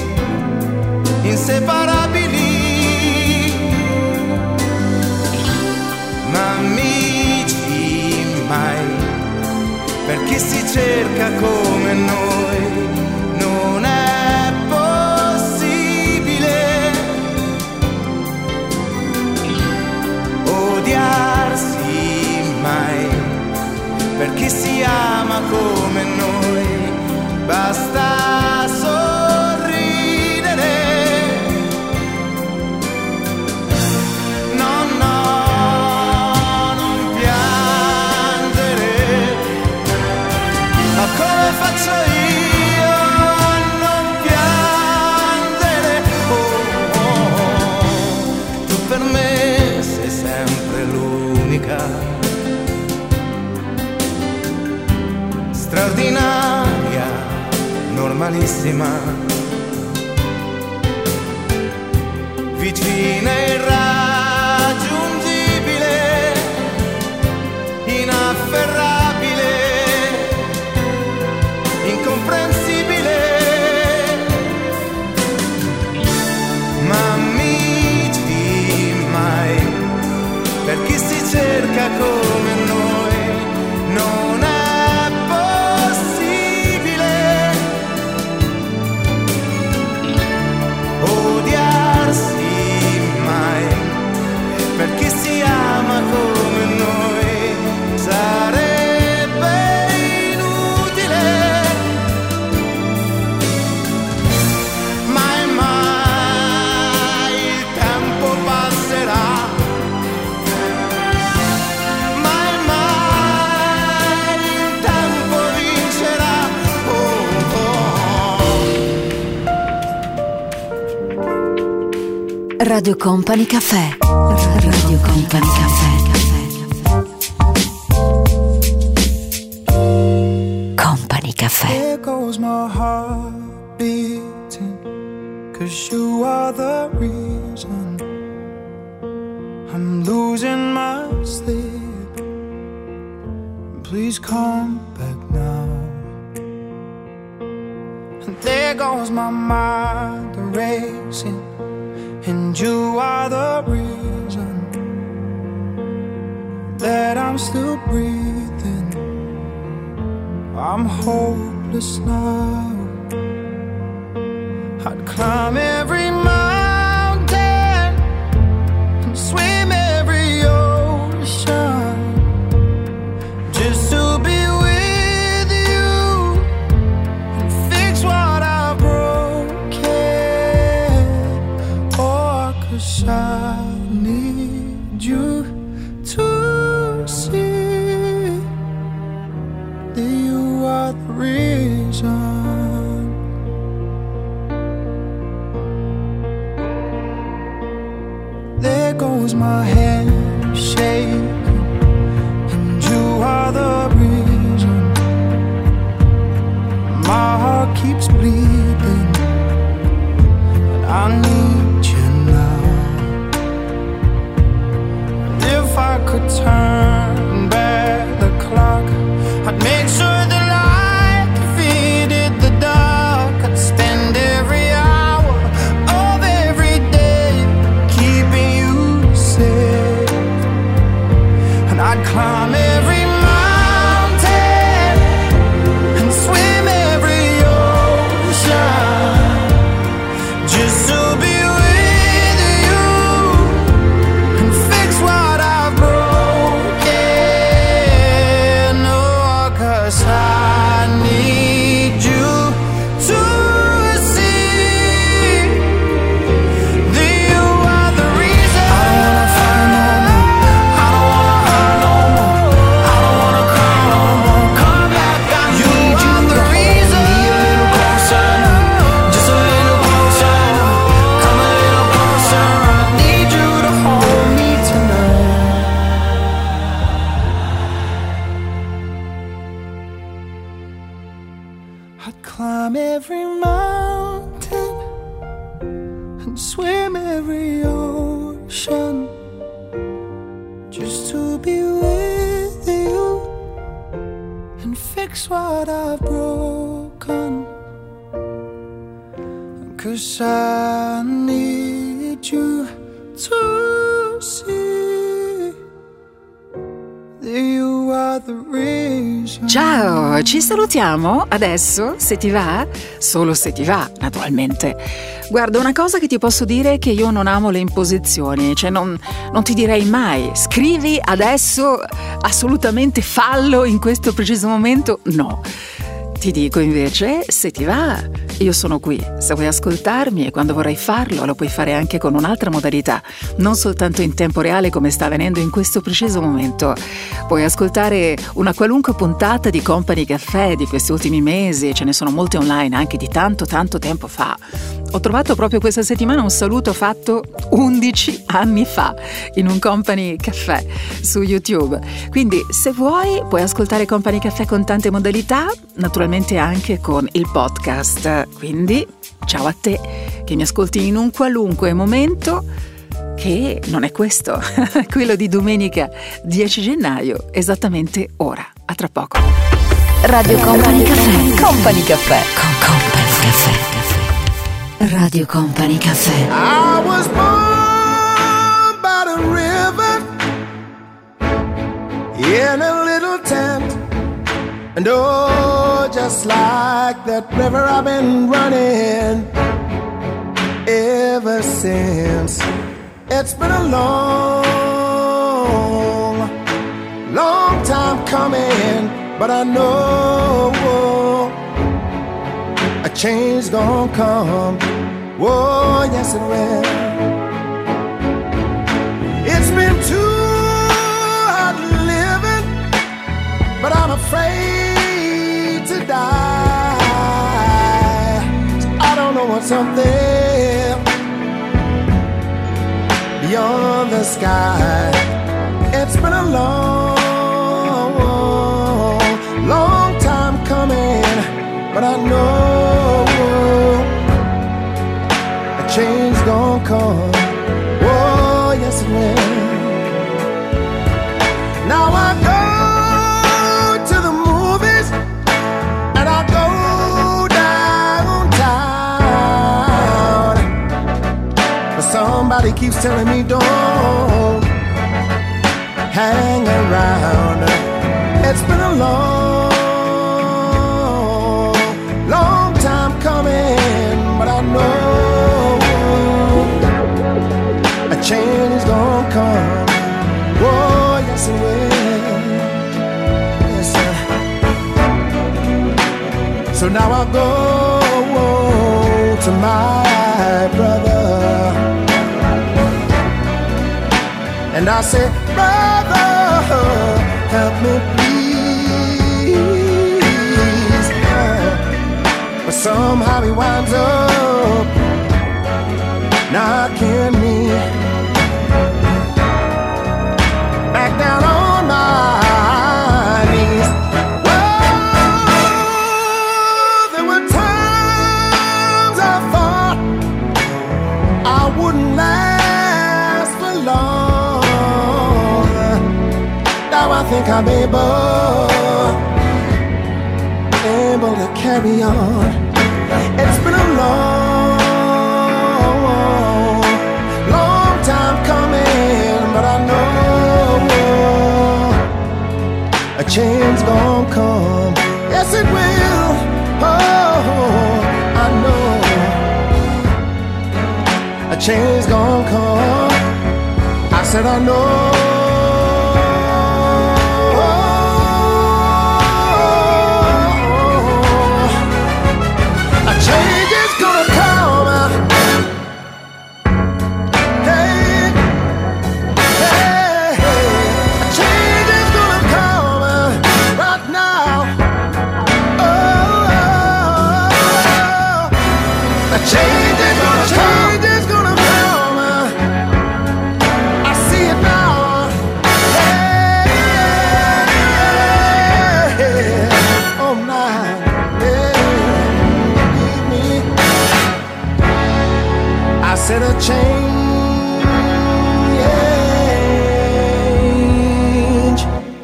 S11: inseparabili, ma amici mai, per chi si cerca come noi. Non è possibile odiarsi mai, per chi si ama come noi. Basta sorridere, no, no, non piangere, ma come faccio io bellissima, vicina e irraggiungibile, inafferrabile, incomprensibile, ma amici mai, per chi si cerca come noi, non è possibile odiarsi mai, per chi si ama come noi, sarebbe inutile, mai mai il tempo passerà, mai mai il tempo vincerà. Oh, oh.
S1: Radio Company Cafè. Radio Company Cafè. Company Cafè.
S11: There goes my heart beating, 'cause you are the reason I'm losing my sleep. Please come back now. And there goes my mind racing, and you are the reason that I'm still breathing. I'm hopeless now. I'd climb every mountain and swim every ocean just to be with you and fix what I broke. Oh, 'cause I need you to see that you are the reason. There goes my hand shaking, and you are the reason my heart keeps bleeding, and I need you now. And if I could turn back the clock, I'd make sure the light defeated the dark. I'd spend every hour of every day keeping you safe, and I'd climb every mountain and swim every ocean just to be with you and fix what I've broken. Oh, 'cause I need you to see that you are the reason. I don't wanna fight no more, I don't wanna hurt no more, I don't wanna cry no more. Come back, I need you the reason. Be a little closer now, just a little closer now. Come a little closer, I need you to hold me tonight. I'd climb every mountain and swim every ocean just to be with you and fix what I've broken. 'Cause I need you to see that you are the reason.
S2: Ciao, ci salutiamo adesso, se ti va, solo se ti va, naturalmente. Guarda, una cosa che ti posso dire è che io non amo le imposizioni, cioè non, non ti direi mai scrivi adesso, assolutamente fallo in questo preciso momento, no. Ti dico invece, se ti va, io sono qui. Se vuoi ascoltarmi e quando vorrai farlo, lo puoi fare anche con un'altra modalità, non soltanto in tempo reale come sta avvenendo in questo preciso momento. Puoi ascoltare una qualunque puntata di Company Cafè di questi ultimi mesi, ce ne sono molte online anche di tanto tanto tempo fa. Ho trovato proprio questa settimana un saluto fatto undici anni fa in un Company Cafè su YouTube. Quindi se vuoi puoi ascoltare Company Cafè con tante modalità, naturalmente anche con il podcast. quindi ciao a te che mi ascolti in un qualunque momento, che non è questo, quello di domenica dieci gennaio, esattamente ora. A tra poco.
S1: Radio Company Cafè. Company Cafè. Con Company Cafè. Radio Company Cafè.
S11: I was born by the river in a little tent, and oh, just like that river I've been running ever since. It's been a long, long time coming, but I know a change gonna come. Oh, yes it will. It's been too hard living, but I'm afraid to die. So I don't know what's up there beyond the sky. It's been a long, long time coming, but I know a change gonna come. Oh, yes it will. Now I go to the movies and I go downtown, but somebody keeps telling me don't hang around. It's been a long, long time coming, but I know a change is gonna come. Oh, yes it will. Yes, sir. So now I go to my brother and I say, brother, help me please. But somehow he winds up knocking me back down on my knees. Well, there were times I thought I wouldn't last for long. Now I think I'm able, able to carry on. It's been a long, long time coming, but I know a change gonna come. Yes, it will. Oh, I know a change gonna come. I said I know. Change is gonna come. Change is gonna come. I see it now. Yeah, yeah. Oh my, yeah. Leave me. I said a change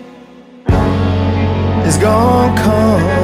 S11: is gonna come.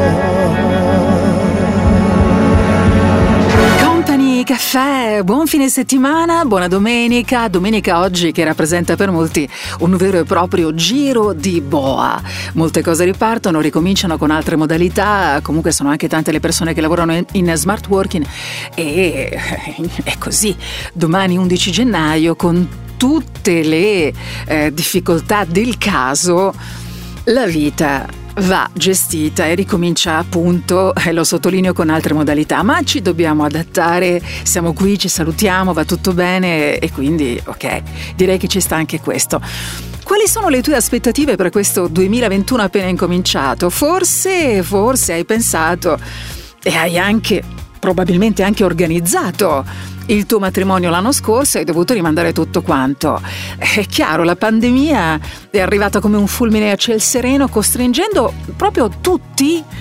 S2: Caffè, buon fine settimana, buona domenica, domenica oggi che rappresenta per molti un vero e proprio giro di boa. Molte cose ripartono, ricominciano con altre modalità, comunque sono anche tante le persone che lavorano in, in smart working e è così. Domani undici gennaio, con tutte le eh, difficoltà del caso, la vita va gestita e ricomincia appunto, e lo sottolineo, con altre modalità, ma ci dobbiamo adattare, siamo qui, ci salutiamo, va tutto bene e quindi ok, direi che ci sta anche questo. Quali sono le tue aspettative per questo duemilaventuno appena incominciato? Forse, forse hai pensato e hai anche, probabilmente anche organizzato il tuo matrimonio l'anno scorso e hai dovuto rimandare tutto quanto. È chiaro, la pandemia è arrivata come un fulmine a ciel sereno, costringendo proprio tutti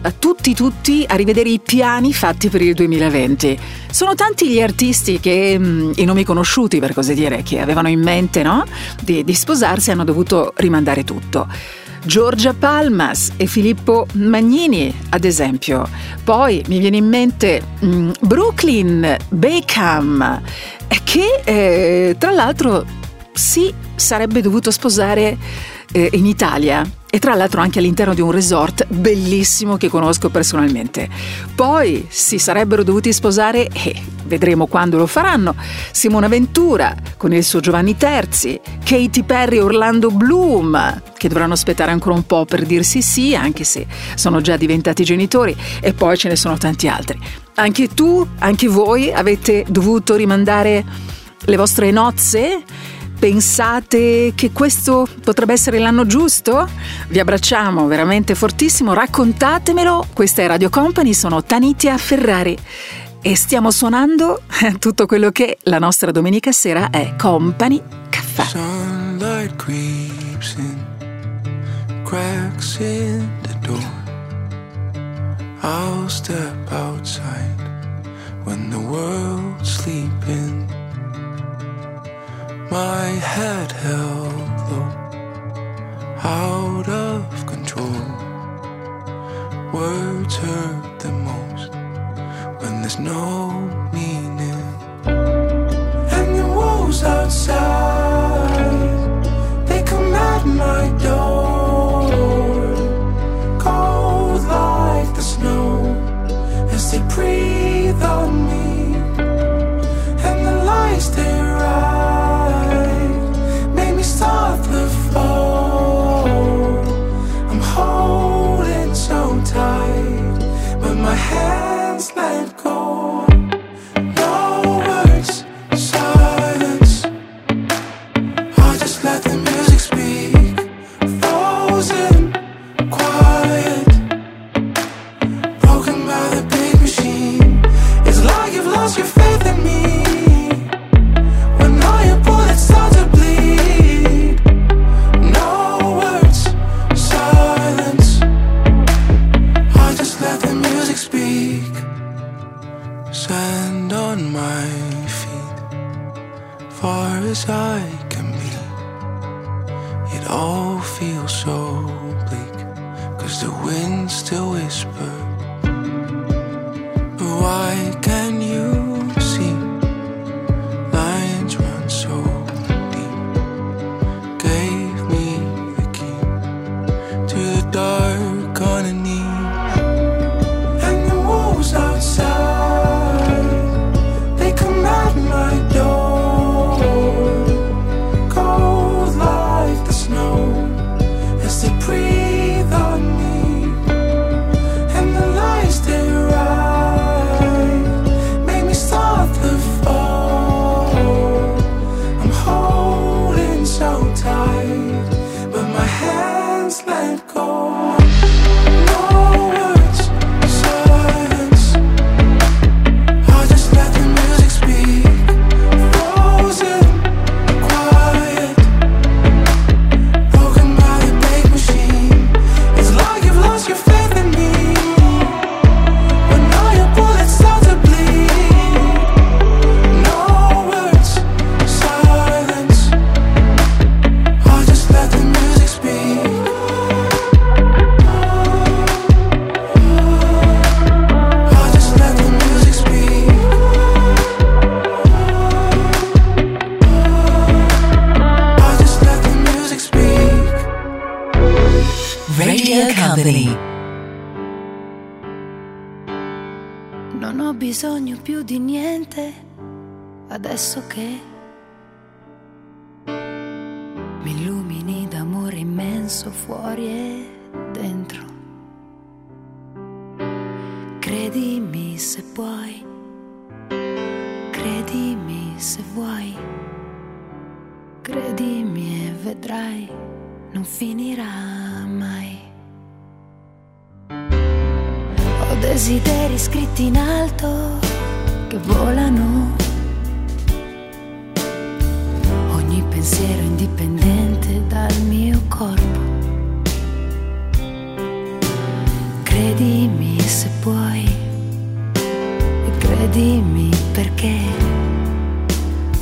S2: a tutti tutti a rivedere i piani fatti per il duemilaventi. Sono tanti gli artisti che, mh, i nomi conosciuti per così dire, che avevano in mente, no? di, di sposarsi, hanno dovuto rimandare tutto. Giorgia Palmas e Filippo Magnini, ad esempio. Poi mi viene in mente mh, Brooklyn Beckham, che eh, tra l'altro si sarebbe dovuto sposare eh, in Italia, e tra l'altro anche all'interno di un resort bellissimo che conosco personalmente. Poi si sarebbero dovuti sposare, e vedremo quando lo faranno, Simona Ventura con il suo Giovanni Terzi, Katy Perry e Orlando Bloom, che dovranno aspettare ancora un po' per dirsi sì, anche se sono già diventati genitori, e poi ce ne sono tanti altri. Anche tu, anche voi avete dovuto rimandare le vostre nozze? Pensate che questo potrebbe essere l'anno giusto? Vi abbracciamo veramente fortissimo, raccontatemelo. Questa è Radio Company, sono Tanitia Ferrari e stiamo suonando tutto quello che la nostra domenica sera è Company Caffè.
S3: Sunlight creeps in, cracks in the door. I'll step outside when the world's sleeping. My head held low, out of control. Words hurt the most when there's no meaning. And the wolves outside, they come at my door, cold like the snow as they breathe on me. And the lights they rise start the fall. I'm holding so tight, but my hands let go. No words, silence. I just let the music speak. Frozen, quiet, broken by the big machine. It's like you've lost your faith in me when all your bullets start to bleed. Sand on my feet, far as I can be. It all feels so bleak, 'cause the wind still whispers. But why can you see lines run so deep? Gave me the key to the dark underneath. And the wolves outside, my door, cold like the snow as they breathe on me. And the lights they ride make me start the fall. I'm holding so tight, but my hands let go. No words, silence. I just let the music speak.
S6: Non ho bisogno più di niente adesso che mi illumini d'amore immenso fuori e dentro. Credimi se puoi, credimi se vuoi, credimi e vedrai, non finirà mai. Ho desideri scritti in alto che volano, ogni pensiero indipendente dal mio corpo. Credimi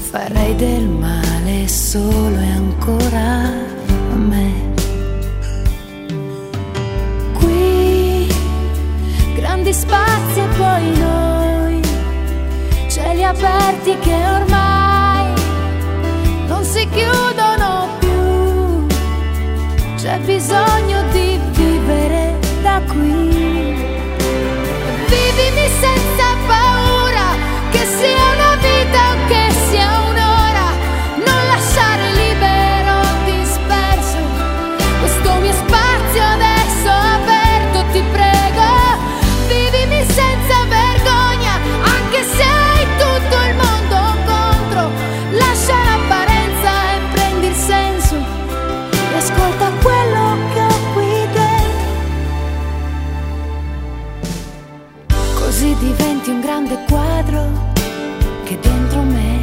S13: farei del male solo e ancora a me. Qui grandi spazi e poi noi, cieli aperti che ormai non si chiudono più. C'è bisogno di vivere da qui. Vivimi senza paura, che sia una vita o che sia un'ora. Non lasciare libero, disperso questo mio spazio adesso aperto, ti prego. Vivimi senza vergogna, anche se hai tutto il mondo contro. Lascia l'apparenza e prendi il senso e ascolta quello che ho qui dentro. Così diventi un grande quadro che dentro me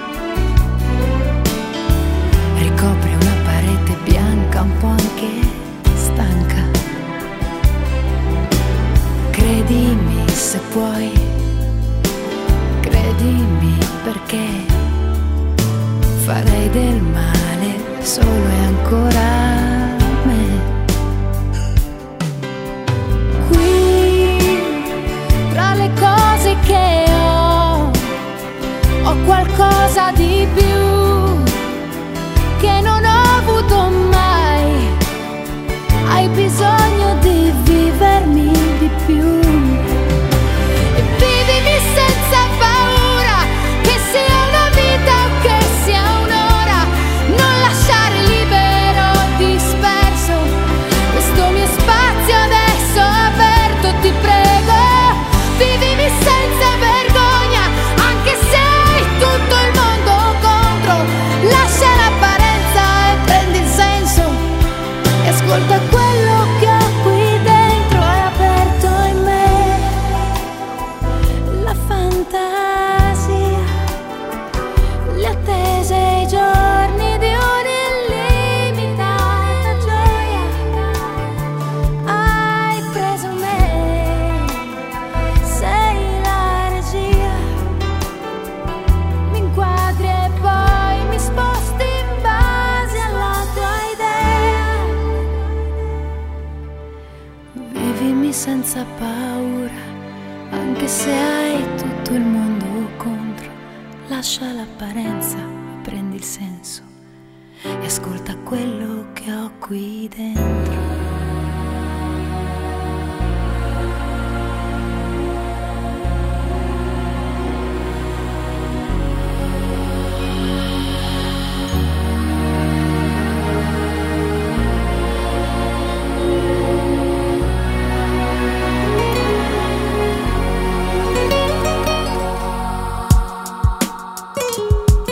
S13: ricopre una parete bianca, un po' anche stanca. Credimi se puoi, credimi perché farei del male solo e ancora a me. Qui tra le cose che ho, ho qualcosa di più che non ho avuto mai. Hai bisogno di vivermi di più. E vivimi senza paura, che sia una vita o che sia un'ora. Non lasciare libero, disperso questo mio spazio adesso aperto, ti prego. Vivimi senza vergogna, anche se hai tutto il mondo contro. Lascia l'apparenza e prendi il senso e ascolta quello che ho qui dentro. È aperto in me la fantasia, le attese, i giorni di un'illimitata gioia. Hai preso me, sei la regia, mi inquadri e poi mi sposti in base alla tua idea. Vivimi senza paura, anche se hai tutto il mondo contro. Lascia l'apparenza e prendi il senso e ascolta quello che ho qui dentro.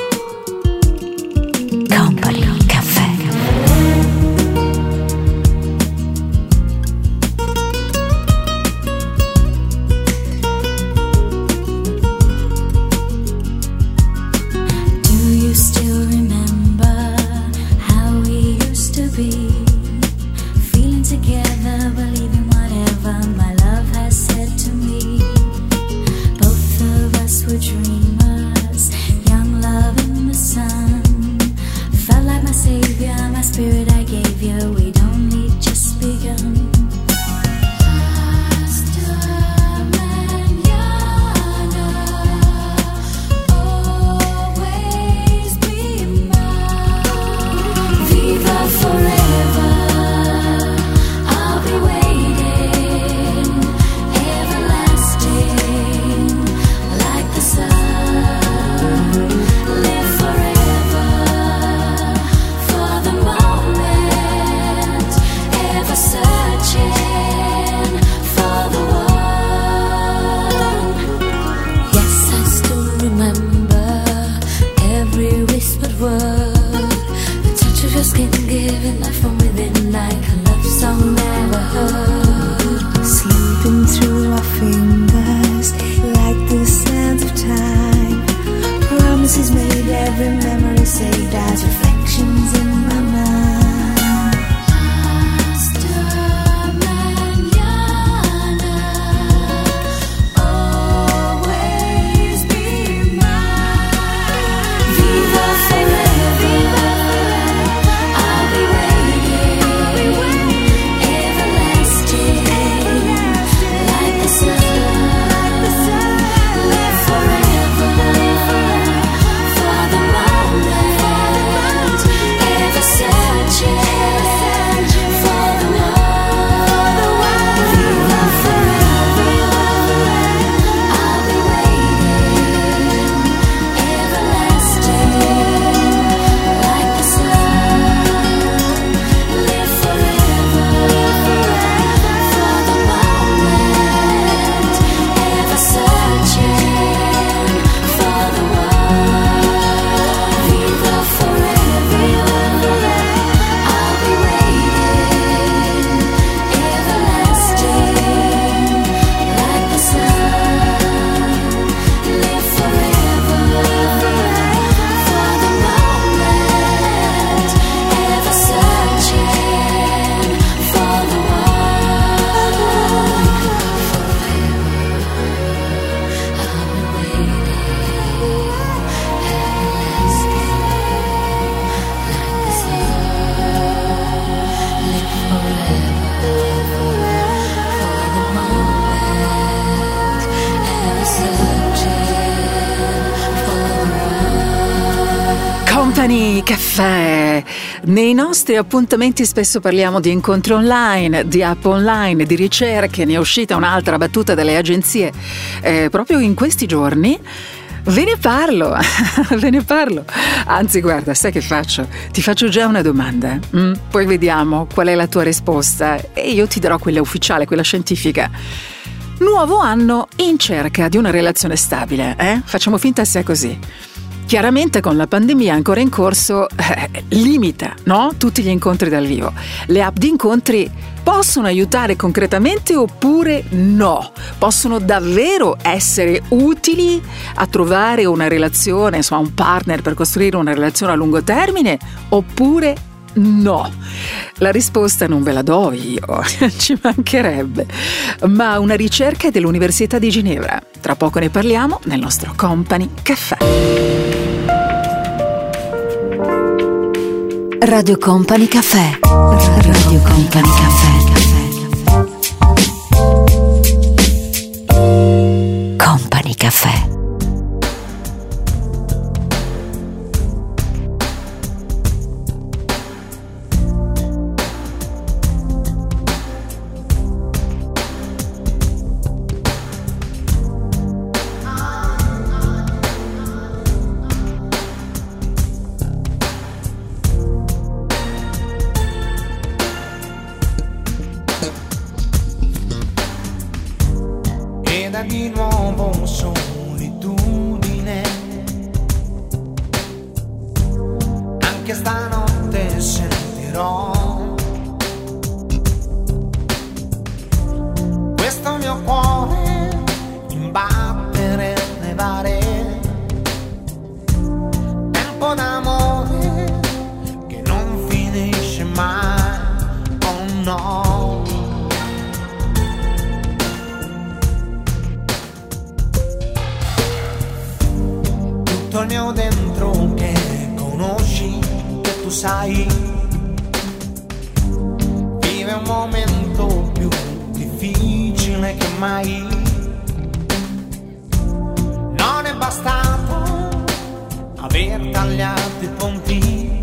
S1: Company Caffè.
S2: Company Caffè. Nei nostri appuntamenti spesso parliamo di incontri online, di app online, di ricerche. Ne è uscita un'altra battuta dalle agenzie eh, proprio in questi giorni. Ve ne parlo, ve ne parlo. Anzi, guarda, sai che faccio? Ti faccio già una domanda, mm? Poi vediamo qual è la tua risposta e io ti darò quella ufficiale, quella scientifica. Nuovo anno in cerca di una relazione stabile, eh? Facciamo finta sia così. Chiaramente con la pandemia ancora in corso eh, limita, no? Tutti gli incontri dal vivo. Le app di incontri possono aiutare concretamente oppure no? Possono davvero essere utili a trovare una relazione, insomma un partner per costruire una relazione a lungo termine oppure no? La risposta non ve la do io, ci mancherebbe, ma una ricerca dell'Università di Ginevra. Tra poco ne parliamo nel nostro Company Caffè.
S1: Radio Company Caffè. Radio Company Caffè. Company Caffè.
S16: Di nuovo solitudine, anche stanotte sentirò questo mio cuore imbattere le varie, tempo d'amore che non finisce mai, oh no. Tutto il mio dentro che conosci, che tu sai, vive un momento più difficile che mai. Non è bastato aver tagliato i ponti,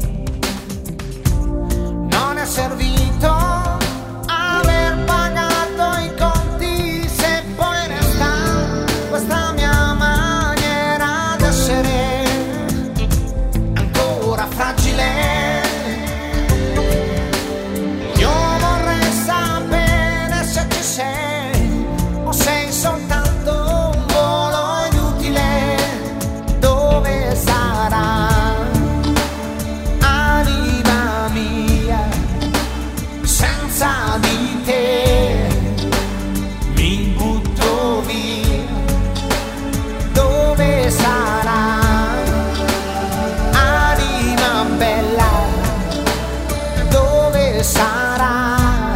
S16: non è servito aver pagato i conti, se poi resta questa mia maniera d'essere ancora fragile. Io vorrei sapere se ci sei o sei soltanto un volo inutile. Dove sarà, anima mia, senza di te mi butto via. Dove sarà, anima bella, dove sarai?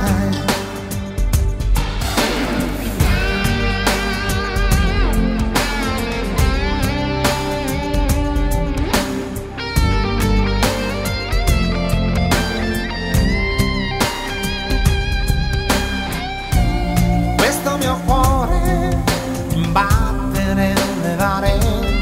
S16: Questo mio cuore imbattere le varie,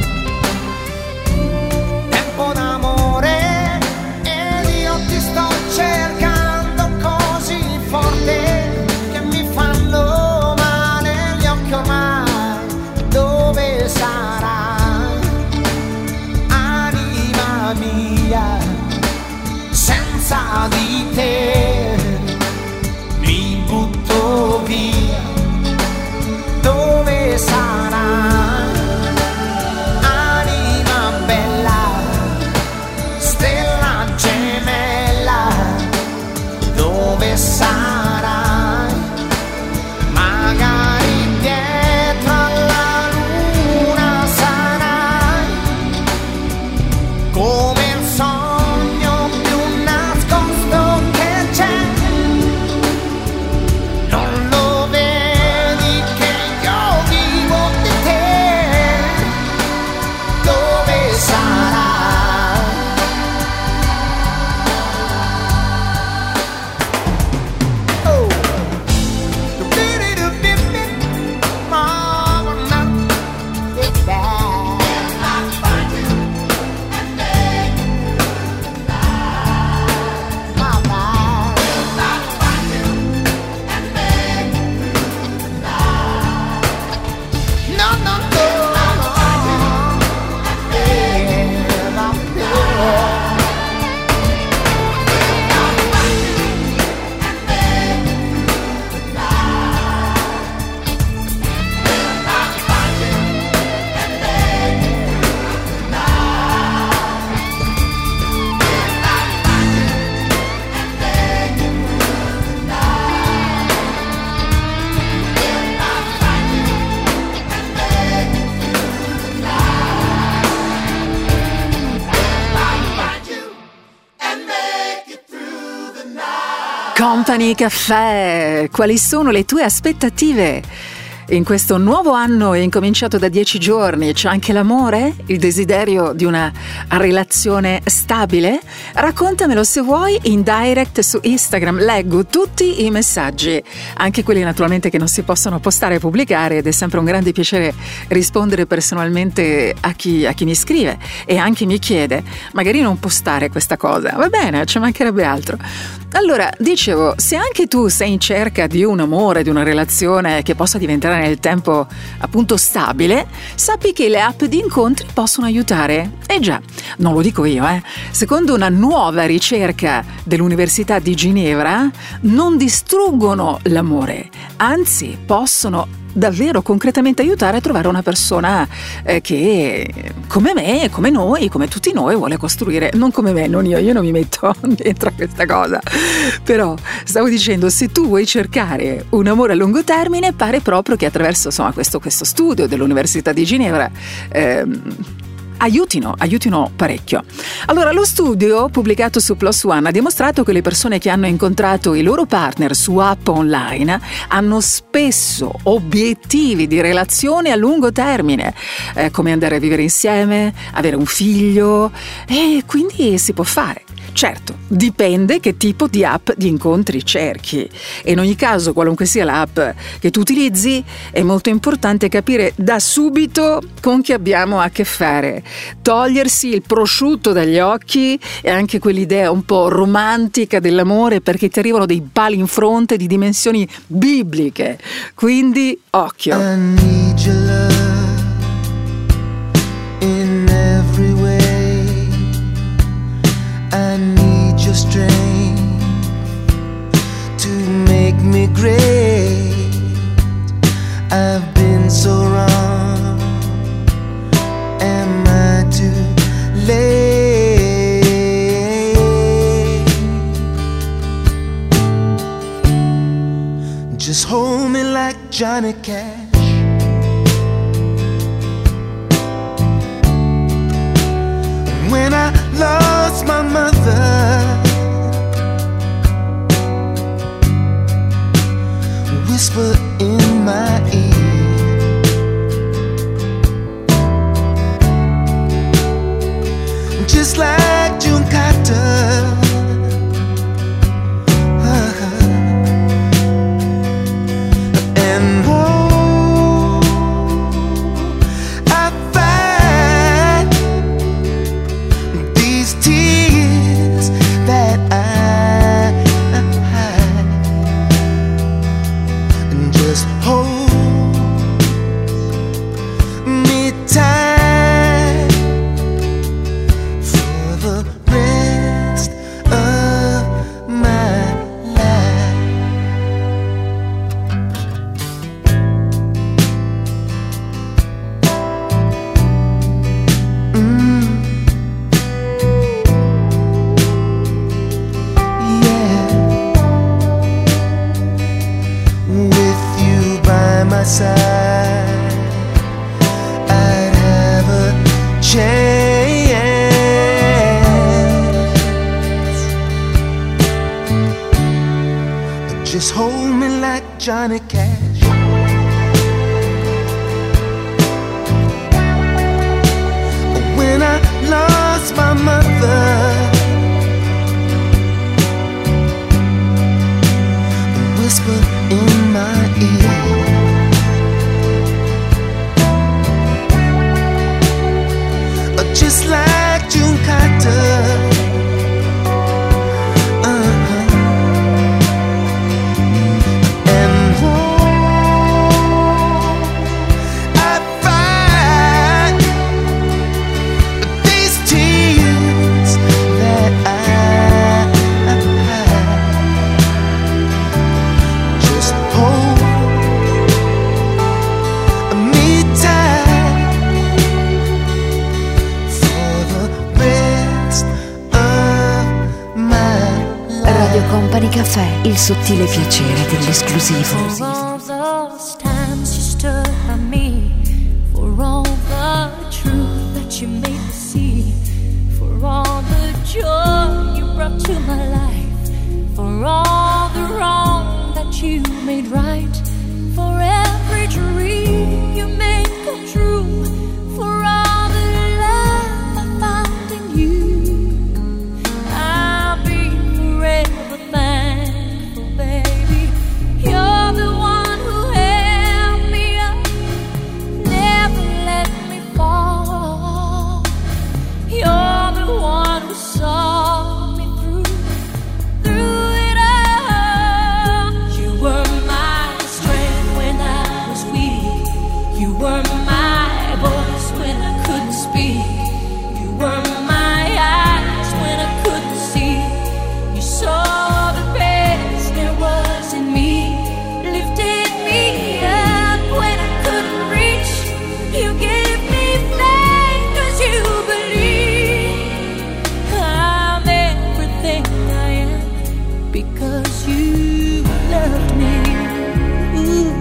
S16: tempo d'amore, ed io ti sto cercando così forte che mi fanno male gli occhi ormai. Dove sarai, anima mia, senza di te mi butto via. Dove sarai, anima bella, stella gemella, dove sarai? Magari dietro alla luna sarai, come il sogno più nascosto che
S2: Company Cafè, quali sono le tue aspettative? In questo nuovo anno è incominciato da dieci giorni, c'è anche l'amore? Il desiderio di una relazione stabile? Raccontamelo se vuoi in direct su Instagram, leggo tutti i messaggi, anche quelli naturalmente che non si possono postare e pubblicare, ed è sempre un grande piacere rispondere personalmente a chi, a chi mi scrive e anche mi chiede, magari non postare questa cosa, va bene, ci mancherebbe altro. Allora, dicevo, se anche tu sei in cerca di un amore, di una relazione che possa diventare nel tempo appunto stabile, sappi che le app di incontri possono aiutare. Eh già, non lo dico io, eh. Secondo una nuova ricerca dell'Università di Ginevra, non distruggono l'amore, anzi possono davvero concretamente aiutare a trovare una persona eh, che come me, come noi, come tutti noi vuole costruire, non come me, non io, io non mi metto dentro a questa cosa, però stavo dicendo, se tu vuoi cercare un amore a lungo termine, pare proprio che attraverso insomma questo, questo studio dell'Università di Ginevra ehm, aiutino, aiutino parecchio. Allora, lo studio pubblicato su Plus One ha dimostrato che le persone che hanno incontrato i loro partner su app online hanno spesso obiettivi di relazione a lungo termine, eh, come andare a vivere insieme, avere un figlio, e quindi si può fare. Certo, dipende che tipo di app di incontri cerchi, e in ogni caso, qualunque sia l'app che tu utilizzi, è molto importante capire da subito con chi abbiamo a che fare, togliersi il prosciutto dagli occhi e anche quell'idea un po' romantica dell'amore, perché ti arrivano dei pali in fronte di dimensioni bibliche, quindi occhio.
S11: I need your love in every way. I need your strength to make me great. I've been so wrong. Am I too late? Just hold me like Johnny Cash. When I lost my mother, whisper in my ear, just like June Carter. Uh-huh. And oh, I find these tears that I hide, and just hold me tight for the rest of my life. Mm. My side, I'd have a chance. But just hold me like Johnny Cash. When I lost my mother, whisper in my ear, just like June Carter. Uh-huh. And oh, I find these tears that I hide, just hold me tight for the rest of my life.
S1: Radio Company Cafè, il sottile piacere dell'esclusivo.
S12: For all those times you stood by me, for all the truth that you made me see, for all the joy you brought to my life, for all the
S10: you made right, for every dream you made come true, for all the love I found in you. I'll be forever thankful, baby. You're the one who held me up, never let me fall. You're the one who saw me through, through it all. You were my strength when I was weak. You were my voice when I couldn't speak. You were my eyes when I couldn't see. You saw the best there was in me, lifted me up when I couldn't reach. You gave me faith 'cause you believe I'm everything I am because you loved me. Ooh,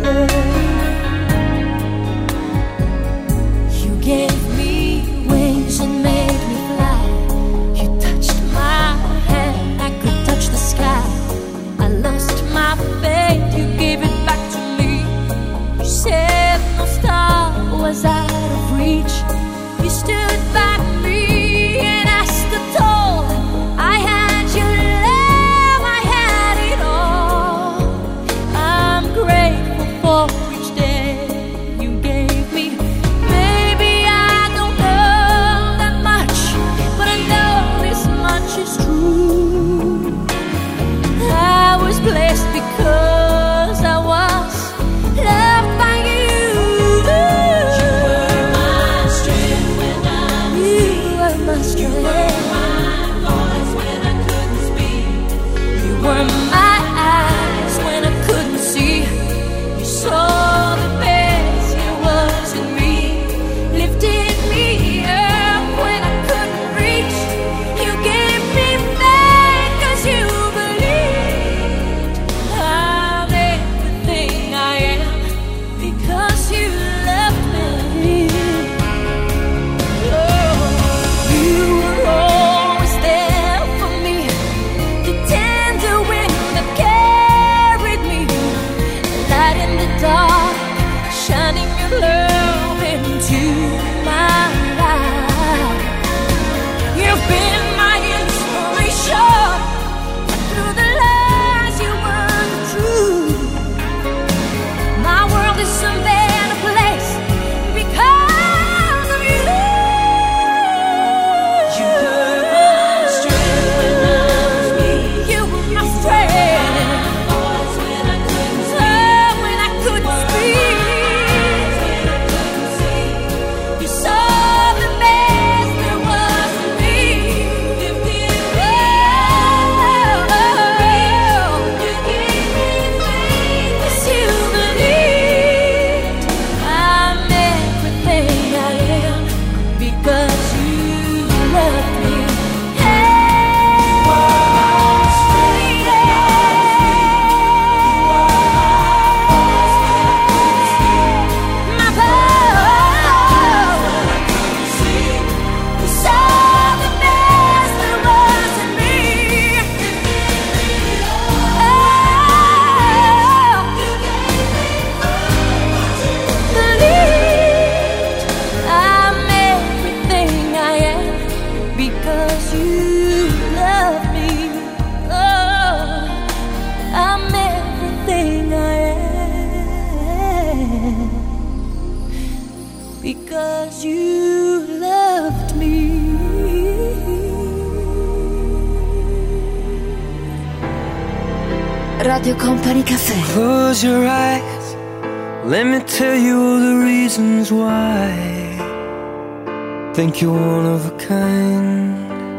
S10: you gave me wings and made me fly. You touched my hand, I could touch the sky. I lost my faith, you gave it back to me. You said no star was out of reach. You stood by me and I stood tall. I had your love, I had it all. I'm grateful for each day you gave me. Maybe I don't know that much, but I know this much is true. I was blessed because I was loved by you. You were my strength when I was weak. You were my strength. You were my voice when I couldn't speak. You were my eyes when I couldn't see. You saw the best there was in me, lifted me up when I couldn't reach. You gave me faith 'cause you believed I'm everything I am because you loved me. Oh, you were always there for me, the tender wind that carried me, light in the dark, shining your love into my life. You've been my inspiration through the lies you weren't true. My world is a better place because of you. You were my strength when I was weak. You were my strength. Voice when I couldn't speak. When I couldn't speak. When I couldn't see. You saw the best there was in me. Lifted me up. You gave me faith 'cause you believed I'm everything I am because you love me. My power. You saw the best there was in me. Oh, believed I'm everything I am because you love me. Oh, I'm everything I am because you loved me.
S1: Radio Company Café.
S8: Close your eyes, let me tell you all the reasons why. Think you're one of a kind.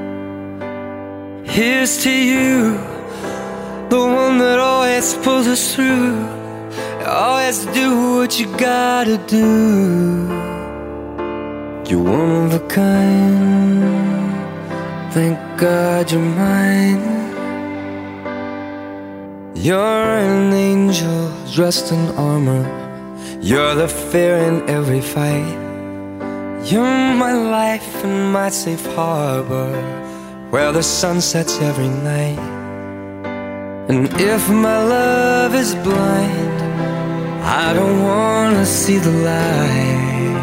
S8: Here's to you, the one that always pulls us through. Always do what you gotta do. You're one of a kind. Thank God you're mine. You're an angel dressed in armor. You're the fear in every fight. You're my life and my safe harbor, where the sun sets every night. And if my love is blind, I don't wanna see the light.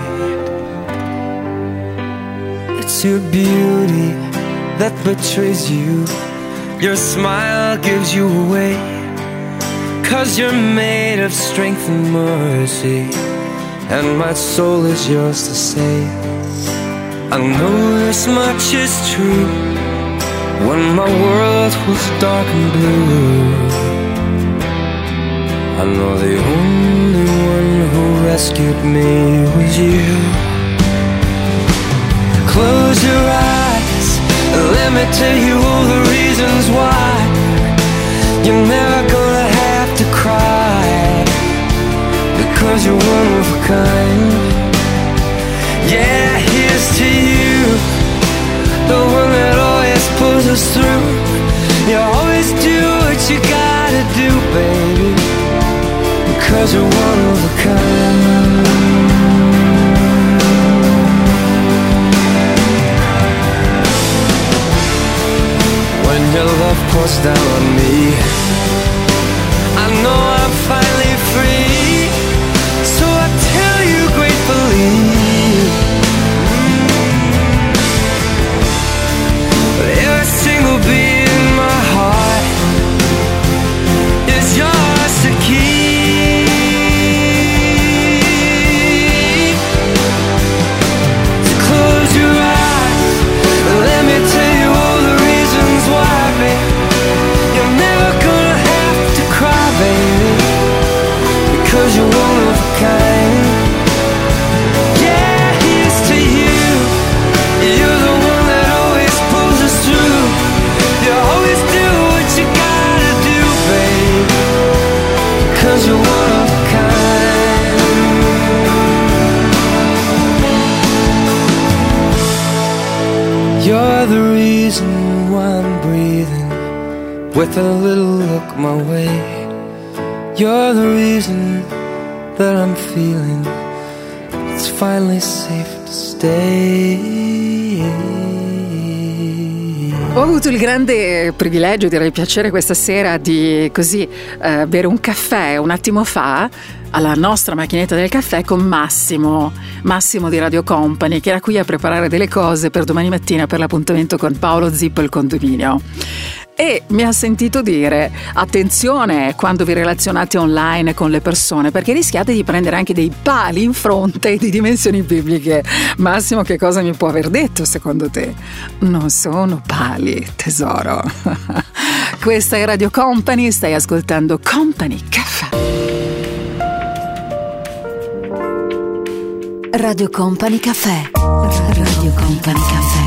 S8: It's your beauty that betrays you. Your smile gives you away. 'Cause you're made of strength and mercy, and my soul is yours to save. I know this much is true. When my world was dark and blue, I know the only one who rescued me was you. Close your eyes and let me tell you all the reasons why you're never gonna have to cry, because you're one of a kind. Yeah, here's to you, the one that always pulls us through. You always do what you gotta do, baby, because you're one of a kind. When your love pours down on me, I know I'm finally free, so I tell you gratefully, every single beat in my heart is yours to keep. So close your eyes and let me tell you all the reasons why, baby. You're never gonna have to cry, baby, because you're one of a kind. Yeah, here's to you. You're the one that always pulls us through. You always do what you gotta do, babe, because you're one of a kind. You're the reason why I'm breathing with a little look my way. You're the reason that I'm feeling it's finally safe to stay.
S2: Ho avuto il grande privilegio, direi piacere questa sera, di così eh, bere un caffè un attimo fa alla nostra macchinetta del caffè con Massimo, Massimo di Radio Company, che era qui a preparare delle cose per domani mattina per l'appuntamento con Paolo Zippo il condominio. E mi ha sentito dire: attenzione quando vi relazionate online con le persone, perché rischiate di prendere anche dei pali in fronte di dimensioni bibliche. Massimo, che cosa mi può aver detto secondo te? Non sono pali, tesoro. Questa è Radio Company, stai ascoltando Company Caffè.
S1: Radio Company Caffè. Radio Company Caffè.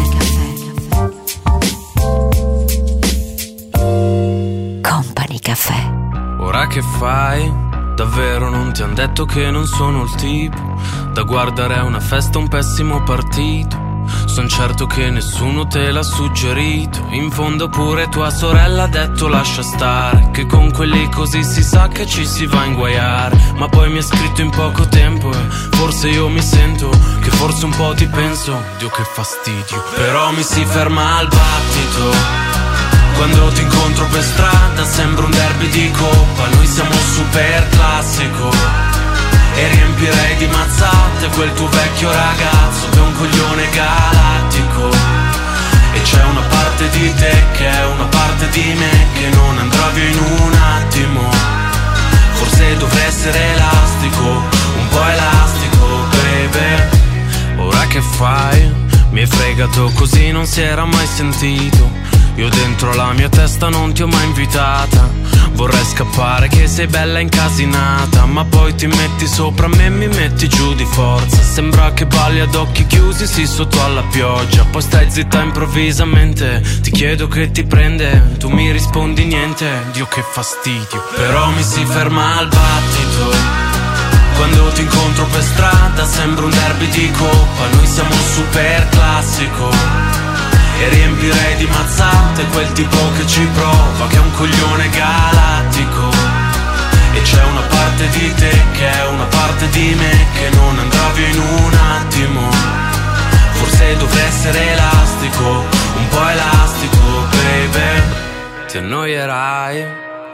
S1: Company Caffè.
S17: Ora che fai? Davvero non ti han detto che non sono il tipo da guardare a una festa un pessimo partito? Son certo che nessuno te l'ha suggerito. In fondo pure tua sorella ha detto lascia stare, che con quelli così si sa che ci si va a inguaiare. Ma poi mi ha scritto in poco tempo e forse io mi sento che forse un po' ti penso. Dio che fastidio. Però mi si ferma al battito quando ti incontro per strada, sembra un derby di coppa. Noi siamo super classico e riempirei di mazzate quel tuo vecchio ragazzo che è un coglione galattico. E c'è una parte di te che è una parte di me che non andrà via in un attimo. Forse dovrei essere elastico, un po' elastico, baby. Ora che fai? Mi hai fregato così, non si era mai sentito. Io dentro la mia testa non ti ho mai invitata. Vorrei scappare che sei bella incasinata, ma poi ti metti sopra me e mi metti giù di forza. Sembra che balli ad occhi chiusi, sì, sotto alla pioggia. Poi stai zitta improvvisamente, ti chiedo che ti prende, tu mi rispondi niente. Dio che fastidio. Però mi si ferma al battito quando ti incontro per strada, sembra un derby di coppa. Noi siamo super classico e riempirei di mazzate quel tipo che ci prova, che è un coglione galattico. E c'è una parte di te che è una parte di me che non andrà via in un attimo. Forse dovrei essere elastico, un po' elastico, baby. Ti annoierai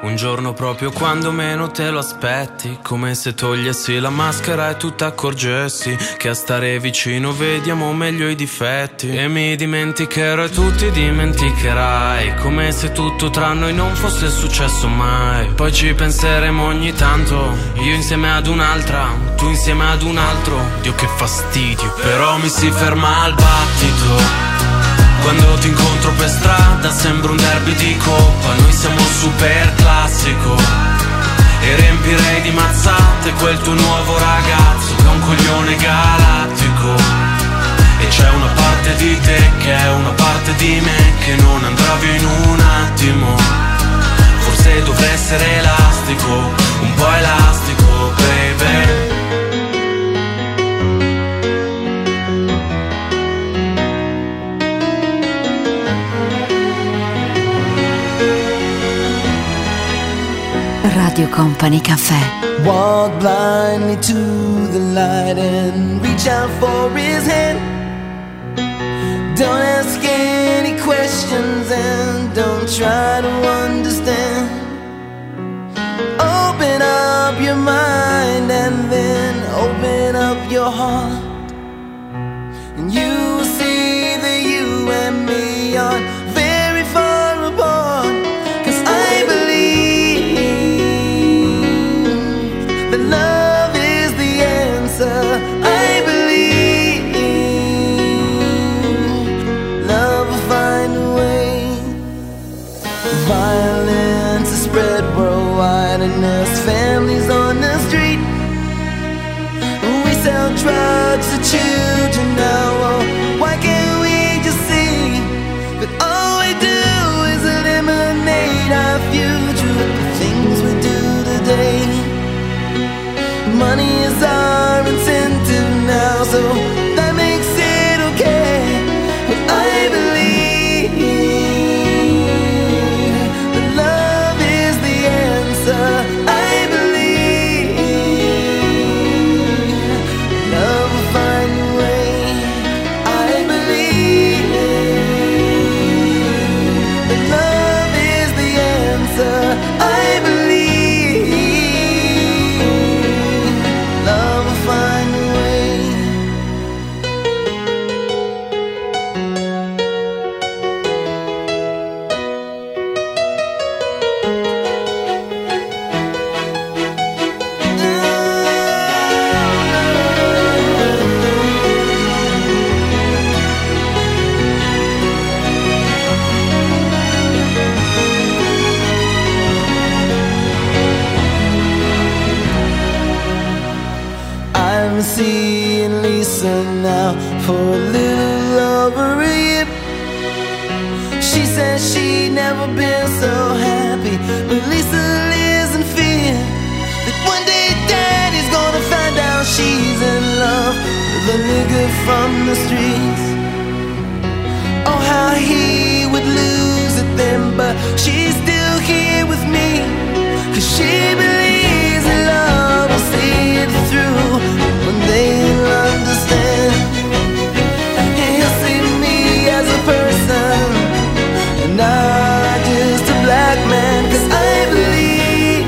S17: Un giorno proprio quando meno te lo aspetti, come se togliessi la maschera e tu t'accorgessi che a stare vicino vediamo meglio i difetti. E mi dimenticherò e tu ti dimenticherai, come se tutto tra noi non fosse successo mai. Poi ci penseremo ogni tanto, io insieme ad un'altra, tu insieme ad un altro. Dio che fastidio, però mi si ferma al battito. Quando ti incontro per strada sembra un derby di coppa, noi siamo super classico. E riempirei di mazzate quel tuo nuovo ragazzo che è un coglione galattico. E c'è una parte di te che è una parte di me che non andrà via in un attimo. Forse dovrei essere elastico, un po' elastico, baby.
S1: Radio Company Cafè.
S16: Walk blindly to the light and reach out for his hand. Don't ask any questions and don't try to understand. Open up your mind and then open up your heart, and you will see that you and me are very far apart. Love is the answer, I believe. Love will find a way. Violence is spread worldwide and there's families on the street. We sell drugs to children now, oh, why can't we just see that all we do is eliminate our future with the things we do today. Money is our incentive now, so that makes it okay. But I believe that love is the answer. I believe love will find a way. I believe that love is the answer. I believe seeing Lisa now for a little over a year. She says she'd never been so happy, but Lisa lives in fear that one day Daddy's gonna find out she's in love with a nigga from the streets. Oh, how he would lose it then, but she's still here with me, 'cause she believes in love will see it through. One day he'll understand, and he'll see me as a person and not just a black man. 'Cause I believe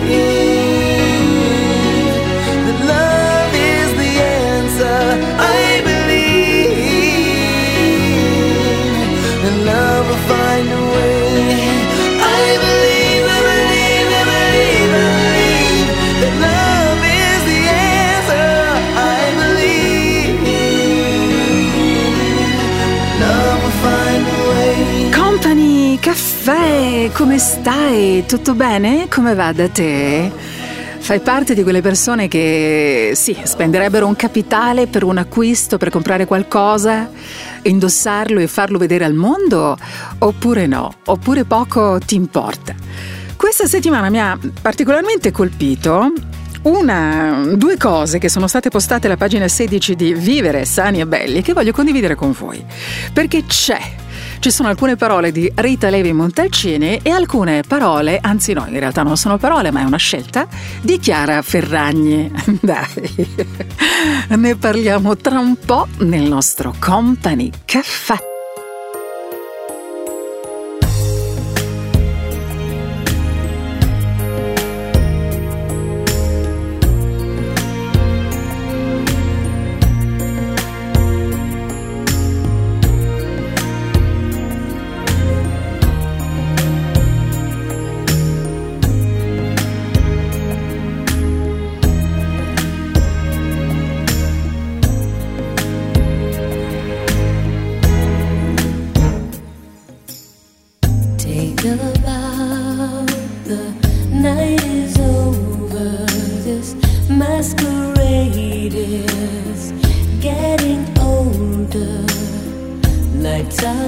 S16: that love is the answer. I believe that love will find a way. I believe, I believe, I believe, I believe that love is the answer. I believe love will find a way.
S2: Company Cafè, come stai? Tutto bene? Come va da te? Fai parte di quelle persone che, sì, spenderebbero un capitale per un acquisto, per comprare qualcosa, indossarlo e farlo vedere al mondo? Oppure no? Oppure poco ti importa? Questa settimana mi ha particolarmente colpito una, due cose che sono state postate alla pagina sedici di Vivere Sani e Belli, che voglio condividere con voi, perché c'è Ci sono alcune parole di Rita Levi Montalcini e alcune parole, anzi no, in realtà non sono parole ma è una scelta, di Chiara Ferragni. Dai, ne parliamo tra un po' nel nostro Company Cafè.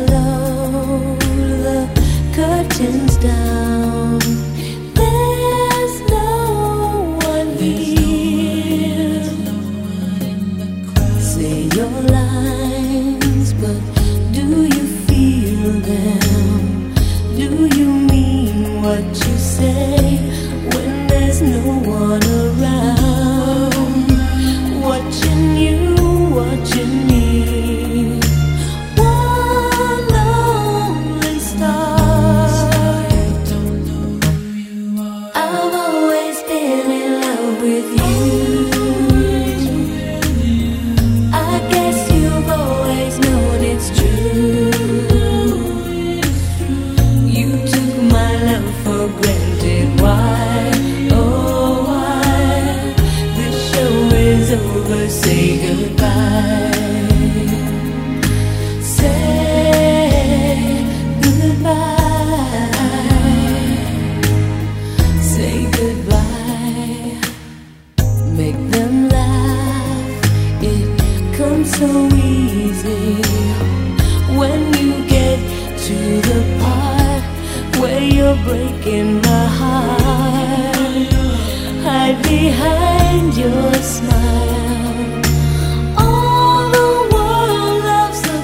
S10: alone, the curtains down. There's no one here. Say your lines, but do you feel them? Do you mean what you say when there's no one around? Watching you, watching me. One lonely star. I've always been in love with you. I guess you've always known it's true. You took my love for granted. Why, oh why? This show is over, say goodbye. Say goodbye. Say goodbye. Make them laugh. It comes so easy when you get to the part where you're breaking my heart. Hide behind your smile. All the world loves a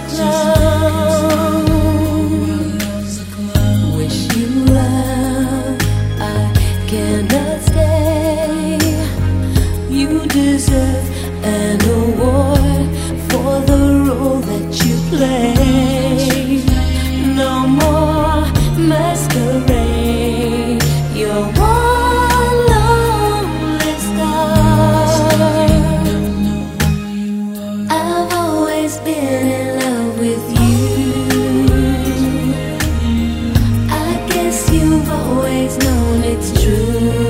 S10: clown. Wish you well, I cannot stay. You deserve an award for the role that you play. No more masquerade. You're one lonely star. I've always been in love with you. I guess you've always known it's true.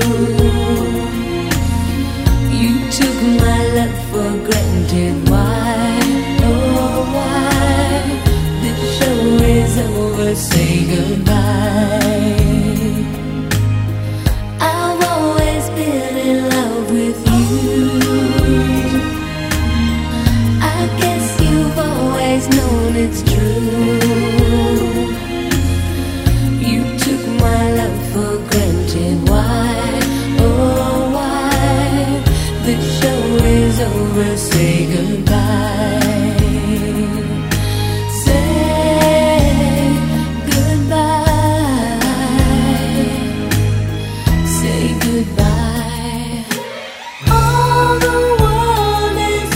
S10: You took my love for granted. Why, oh why? This show is over, say goodbye. I've always been in love with you. I guess you've always known it's true. You took my love for granted. Why, oh why? The show is over, say goodbye. Say goodbye. Say goodbye. All the world is a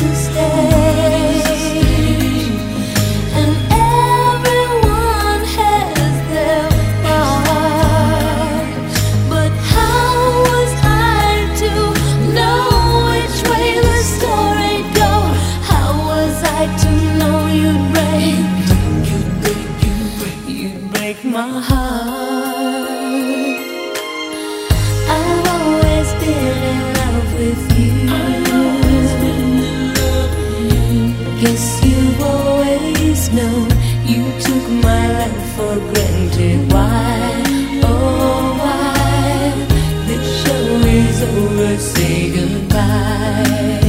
S10: stage, and everyone has their part. But how was I to know which way the story'd go? How was I to know you'd break? You'd break, you'd break, you'd break my heart. I've always been in love with you. Guess you've always known. You took my love for granted. Why, oh why? This show is over, say goodbye.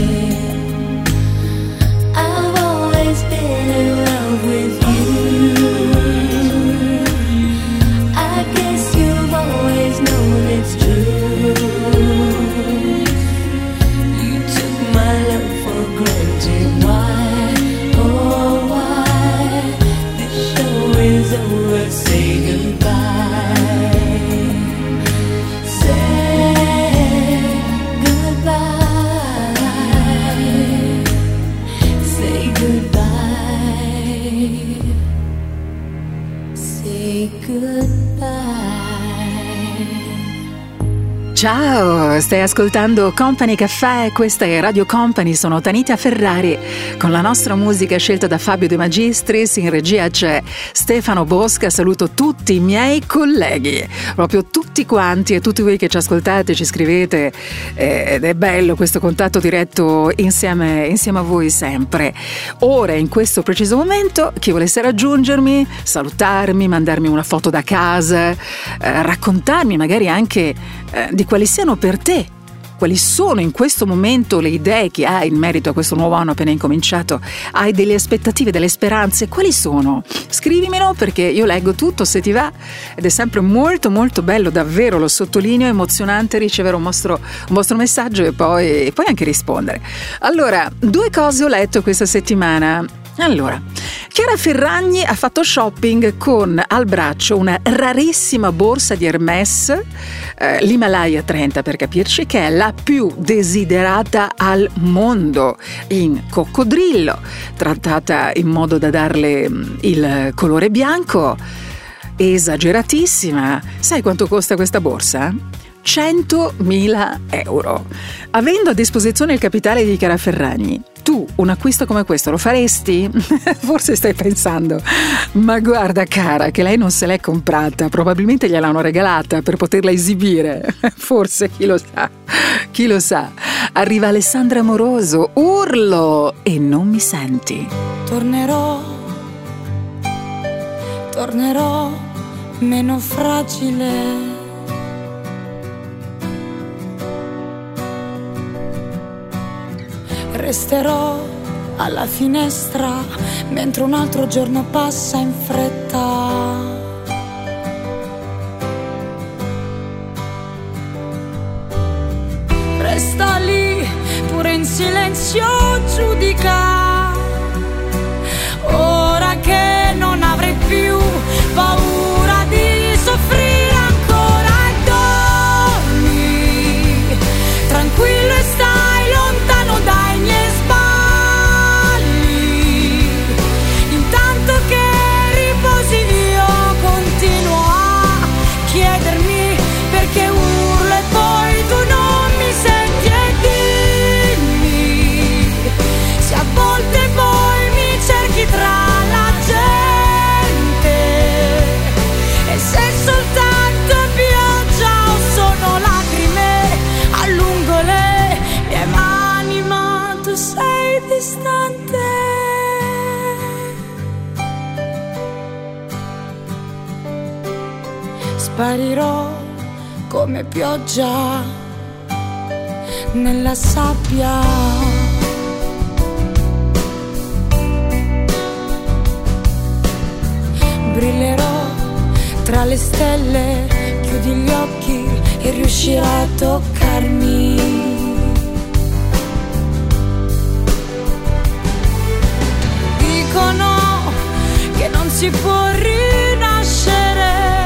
S10: I've always been in love with you. I guess you've always known it's true. You took my love for granted. Why, oh why? This show is over, say goodbye. Say goodbye. Say goodbye. Say goodbye.
S2: Ciao, stai ascoltando Company Cafè, questa è Radio Company, sono Tanita Ferrari con la nostra musica scelta da Fabio De Magistris, in regia c'è Stefano Bosca, saluto tutti i miei colleghi, proprio tutti quanti e tutti voi che ci ascoltate, ci scrivete eh, ed è bello questo contatto diretto insieme, insieme a voi sempre. Ora, in questo preciso momento, chi volesse raggiungermi, salutarmi, mandarmi una foto da casa, eh, raccontarmi magari anche eh, di quali siano per te quali sono in questo momento le idee che hai in merito a questo nuovo anno appena incominciato. Hai delle aspettative, delle speranze? Quali sono? Scrivimelo, perché io leggo tutto se ti va, ed è sempre molto molto bello, davvero, lo sottolineo, emozionante ricevere un vostro, un vostro messaggio e poi, e poi anche rispondere. Allora, due cose ho letto questa settimana. Allora, Chiara Ferragni ha fatto shopping con al braccio una rarissima borsa di Hermès, eh, l'Himalaya trenta per capirci, che è la più desiderata al mondo, in coccodrillo, trattata in modo da darle il colore bianco, esageratissima. Sai quanto costa questa borsa? centomila euro. Avendo a disposizione il capitale di Chiara Ferragni, tu un acquisto come questo lo faresti? Forse stai pensando, ma guarda cara, che lei non se l'è comprata, probabilmente gliel'hanno regalata per poterla esibire. Forse, chi lo sa, chi lo sa. Arriva Alessandra Amoroso, urlo e non mi senti.
S18: Tornerò, tornerò meno fragile. Resterò alla finestra mentre un altro giorno passa in fretta. Resta lì, pure in silenzio giudica. Ora che non avrai più paura di soffrire ancora, e dormi tranquillo e stai lontano dai miei sbagli. Intanto che riposi io continuo a chiedermi perché urlo e poi tu non mi senti, e dimmi se a volte poi mi cerchi tra la gente, e se soltanto pioggia o sono lacrime allungo le mie mani, ma tu sei distante. Sparirò come pioggia nella sabbia. Brillerò tra le stelle, chiudi gli occhi e riuscirai a toccarmi. Dicono che non si può rinascere,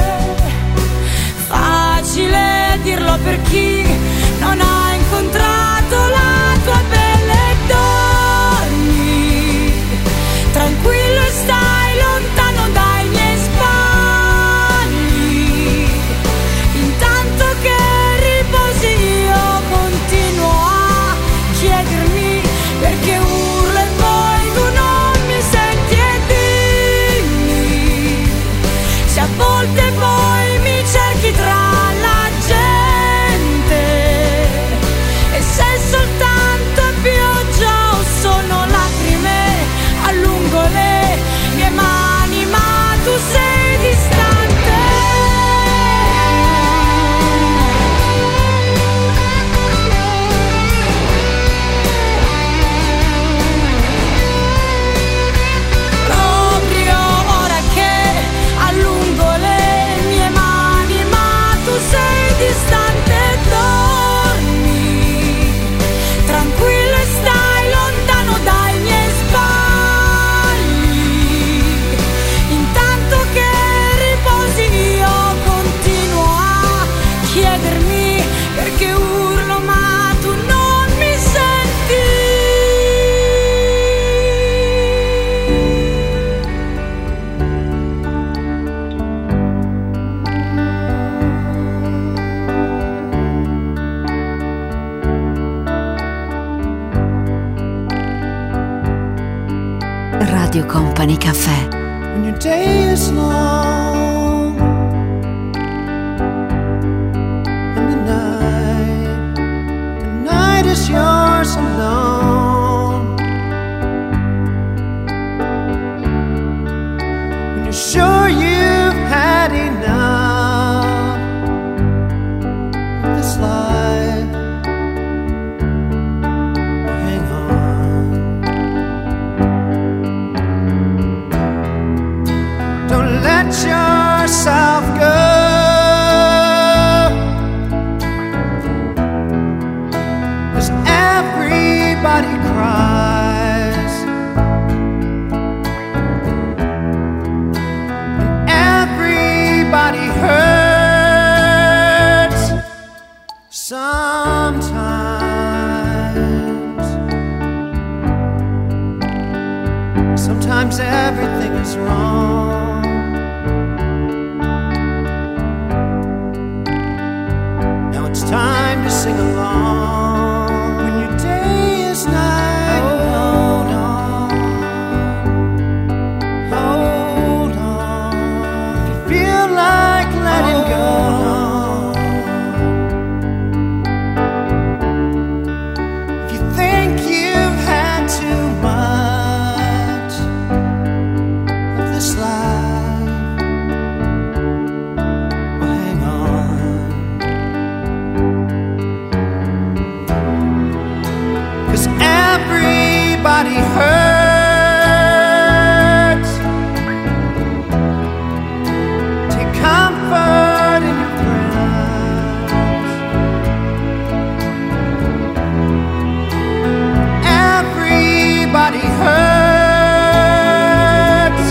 S18: facile dirlo per chi non ha incontrato la tua pelle, e dormi tranquillo e stai lontano dai miei sbagli. Intanto che riposi io continuo a chiedermi perché urlo e poi tu non mi senti, e dimmi se a volte poi mi cerchi tra la gente, e se soltanto è pioggia o sono lacrime allungo le mie mani, ma tu sei distante. Proprio ora che allungo le mie mani, ma tu sei distante, dormi tranquillo e stai lontano dai miei sbagli. Intanto che riposi io continuo a chiedermi perché urlo ma tu non mi senti.
S1: Radio Company Café.
S9: When your day is long and the night, the night is yours alone. When you're sure you've had enough of this life,
S19: yourself go. 'Cause everybody cries, and everybody hurts sometimes. Sometimes everything is wrong. Now it's time to sing along. When your day is night, hold on, hold on. If you feel like letting go, if you think you've had too much of this life, well, hang on. 'Cause everybody hurts. Take comfort in your prayers. Everybody hurts.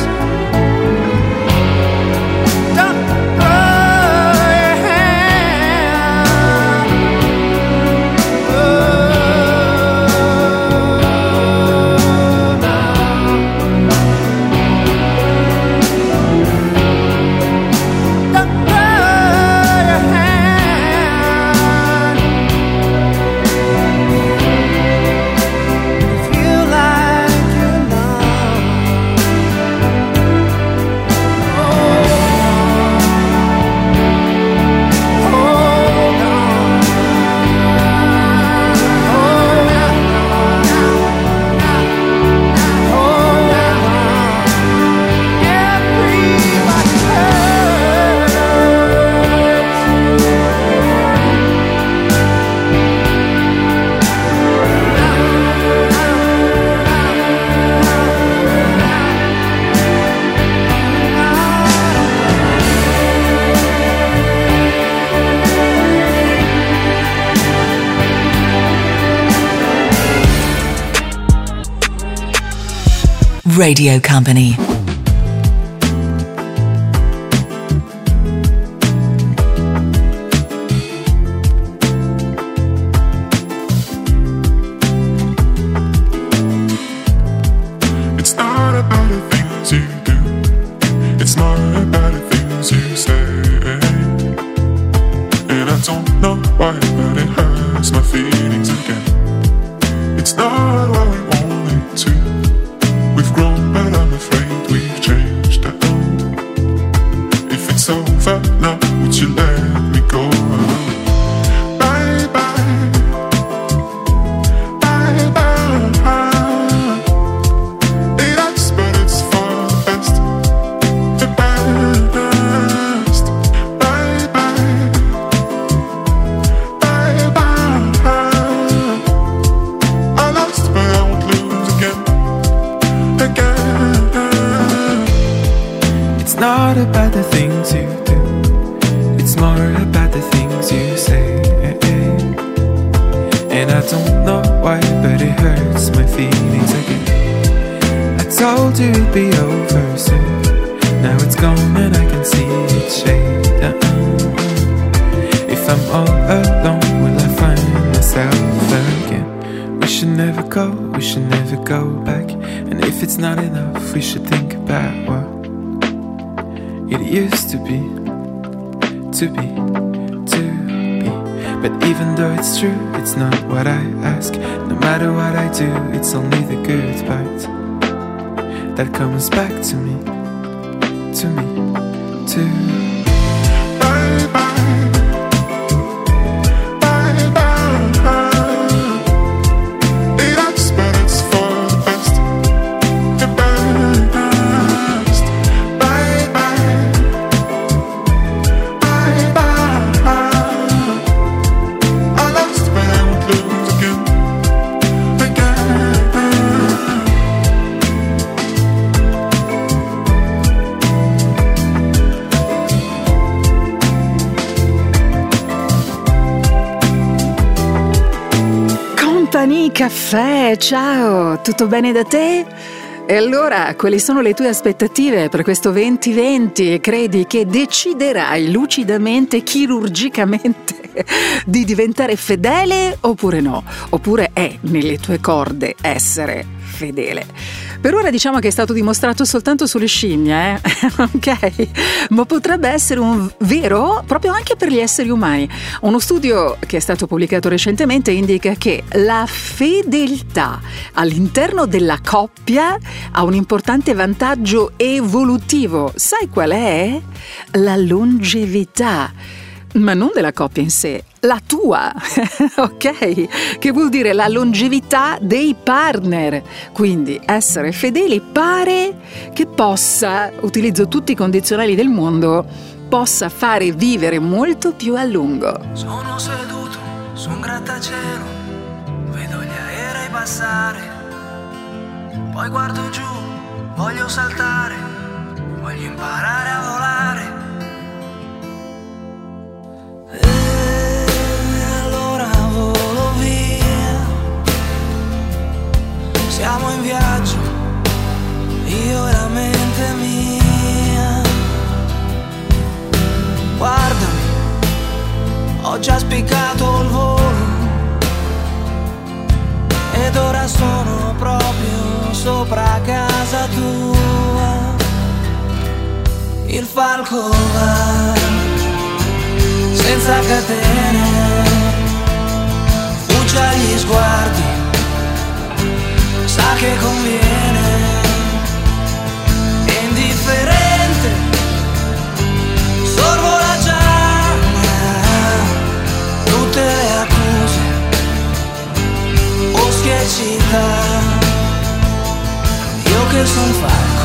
S19: Don't throw your hand. Oh, no. Don't throw your hand. You feel like you're numb. Hold on. Hold on. Hold on. Everybody hurts.
S1: Radio Company.
S20: It's not about the things you do, it's more about the things you say. And I don't know why, but it hurts my feelings again. It's not what we wanted to. We've grown, but I'm afraid we've changed. If it's over now, would you let me go? Bye bye, bye bye. It hurts, but it's for the best, the best. Bye bye, bye bye. I lost, but I won't lose again.
S8: It's not about the things you do, it's more about the things you say. And I don't know why, but it hurts my feelings again. I told you it'd be over soon, now it's gone and I can see it shade. Uh-uh. If I'm all alone, will I find myself again? We should never go, we should never go back. And if it's not enough, we should think about what it used to be, to be, to be. But even though it's true, it's not what I ask. No matter what I do, it's only the good part that comes back to me, to me, to me.
S20: Bye bye, bye bye. It hurts, but it's for the best, the best. Bye bye, bye bye. I lost, but I won't lose again, again.
S2: Company Caffè, ciao, tutto bene da te? E allora, quali sono le tue aspettative per questo venti venti? E credi che deciderai lucidamente, chirurgicamente di diventare fedele oppure no? Oppure è nelle tue corde essere fedele? Per ora diciamo che è stato dimostrato soltanto sulle scimmie, eh? Ok? Ma potrebbe essere un vero proprio anche per gli esseri umani. Uno studio che è stato pubblicato recentemente indica che la fedeltà all'interno della coppia ha un importante vantaggio evolutivo. Sai qual è? La longevità. Ma non della coppia in sé, la tua, ok? Che vuol dire la longevità dei partner. Quindi essere fedeli pare che possa, utilizzo tutti i condizionali del mondo, possa fare vivere molto più a lungo.
S21: Sono seduto su un grattacielo, vedo gli aerei passare, poi guardo giù, voglio saltare, voglio imparare a volare. Siamo in viaggio, io e la mente mia. Guardami, ho già spiccato il volo ed ora sono proprio sopra casa tua. Il falco va senza catene, fugge agli sguardi, sa che conviene, è indifferente, sorvola già tutte le accuse, boschi e città. Io che son falco,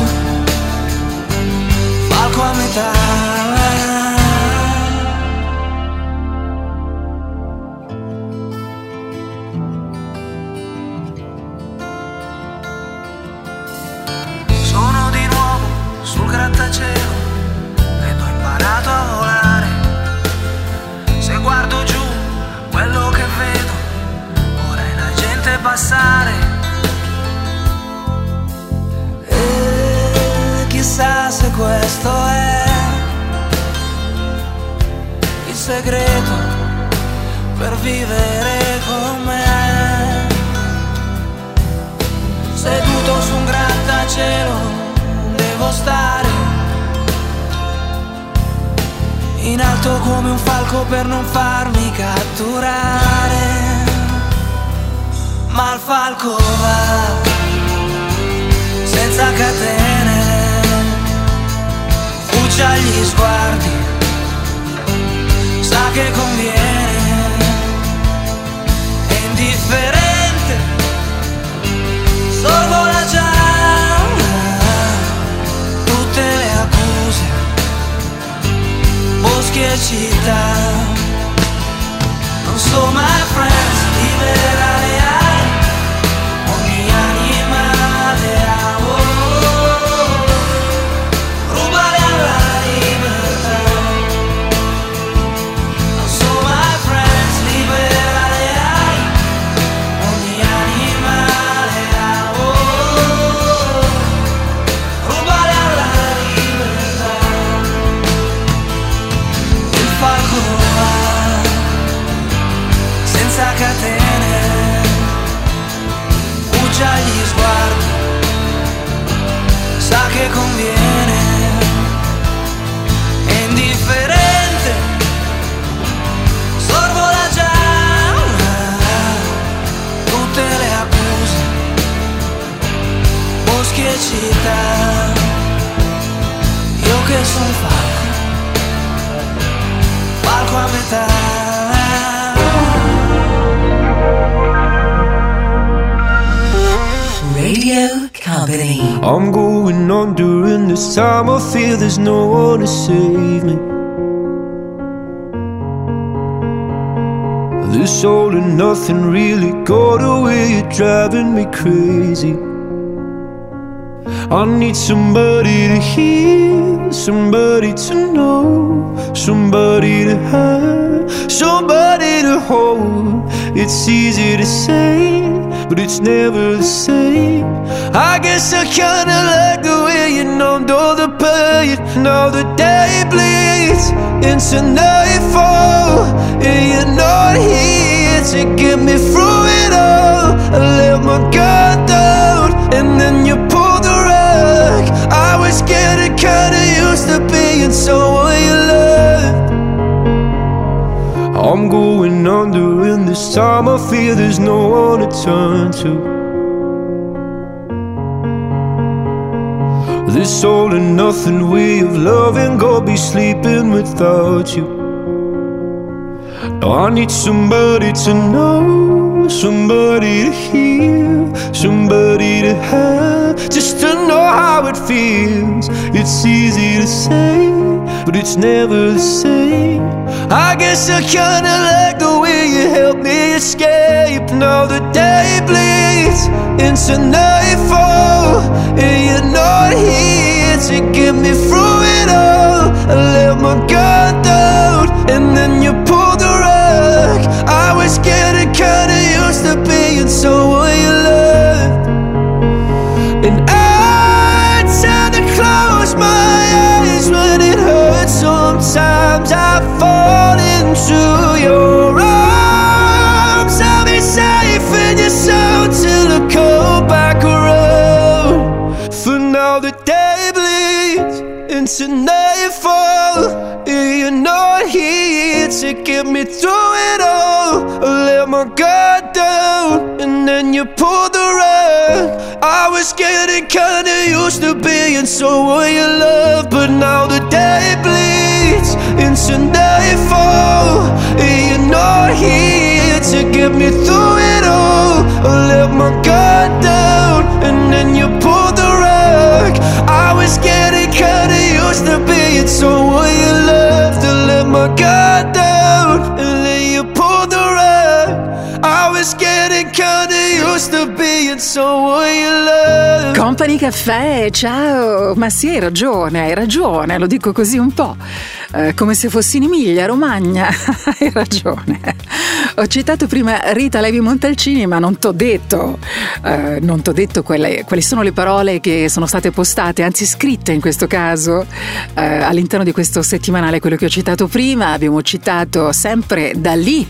S21: falco a metà. Grattacielo ed ho imparato a volare. Se guardo giù, quello che vedo ora è la gente passare. E chissà se questo è il segreto per vivere con me. Seduto su un grattacielo devo stare in alto come un falco per non farmi catturare. Ma il falco va senza catene, fugge agli sguardi, sa che conviene, è indifferente, sorvola già tutte le accuse, boschi e città. Non so my friends, libera le ali, ogni animale ha oh, rubare alla libertà. Non so my friends, libera le ali, ogni animale ha oh, rubare alla libertà. Il falco va senza catene, fugge agli sguardi, sa che conviene, è indifferente, sorvola già tutte le accuse, boschi e città. Io che son falco, falco a metà.
S22: Radio Company.
S8: I'm going on during this time. I feel there's no one to save me. This all and nothing really got away. You're driving me crazy. I need somebody to hear, somebody to know, somebody to have, somebody to hold. It's easy to say, but it's never the same. I guess I kinda like the way you numbed all the pain. Now the day bleeds into nightfall, and you're not here to get me through it all. I let my guard down, and then you pulled the rug. I was getting kinda used to being someone you loved. I'm going under, and this time I fear there's no one to turn to. This all and nothing way of loving, go be sleeping without you. Now I need somebody to know, somebody to hear, somebody to have, just to know how it feels. It's easy to say, but it's never the same. I guess I kinda like the way you help me escape. Now the day bleeds into nightfall, and you're not here to get me through it all. I let my guard down, and then you pulled the rug. I was getting kinda used to being someone you loved, and I tend to close my eyes when it hurts. Sometimes I fall into your arms. I'll be safe in your soul till I come back around. For now the day bleeds into nightfall, and you're not here to get me through it all. I let my guard down, and then you pulled the rug. I was getting kinda used to being someone you love, but now the day bleeds into nightfall, and you're not here to get me through it all. I let my guard down, and then you pulled the rug. I was getting kinda used to being someone you loved. I let my guard down, and then you pulled the rug. I was getting kinda used to being someone you loved.
S2: Company Caffè, ciao! Ma sì, hai ragione, hai ragione, lo dico così un po', eh, come se fossi in Emilia Romagna. Hai ragione. Ho citato prima Rita Levi Montalcini, ma non t'ho detto, eh, non t'ho detto quelle, quali sono le parole che sono state postate, anzi scritte in questo caso, eh, all'interno di questo settimanale, quello che ho citato prima. Abbiamo citato sempre da lì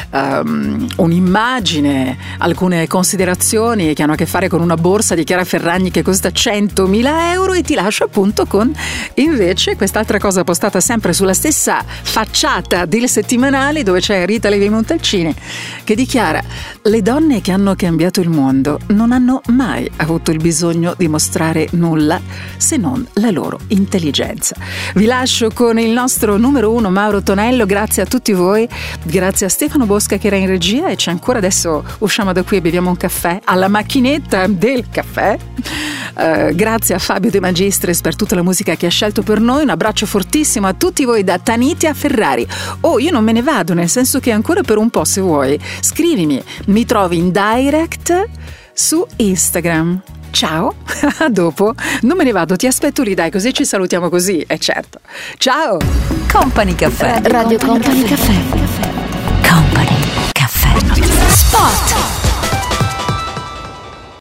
S2: um, un'immagine, alcune considerazioni che hanno a che fare con una borsa di Chiara Ferragni che costa centomila euro, e ti lascio appunto con invece quest'altra cosa postata sempre sulla stessa facciata del settimanale, dove c'è Rita Levi Montalcini che dichiara: le donne che hanno cambiato il mondo non hanno mai avuto il bisogno di mostrare nulla se non la loro intelligenza. Vi lascio con il nostro numero uno Mauro Tonello. Grazie a tutti voi, grazie a Stefano Bosca che era in regia, e c'è ancora, adesso usciamo da qui e beviamo un caffè alla macchinetta del caffè. Uh, grazie a Fabio De Magistris per tutta la musica che ha scelto per noi. Un abbraccio fortissimo a tutti voi da Taniti a Ferrari. Oh, io non me ne vado, nel senso che ancora per un po', se vuoi, scrivimi, mi trovi in direct su Instagram. Ciao, a dopo. Non me ne vado, ti aspetto lì, dai, così ci salutiamo così, è certo. Ciao.
S1: Company Caffè. Radio Company Caffè. Company Caffè. Spot.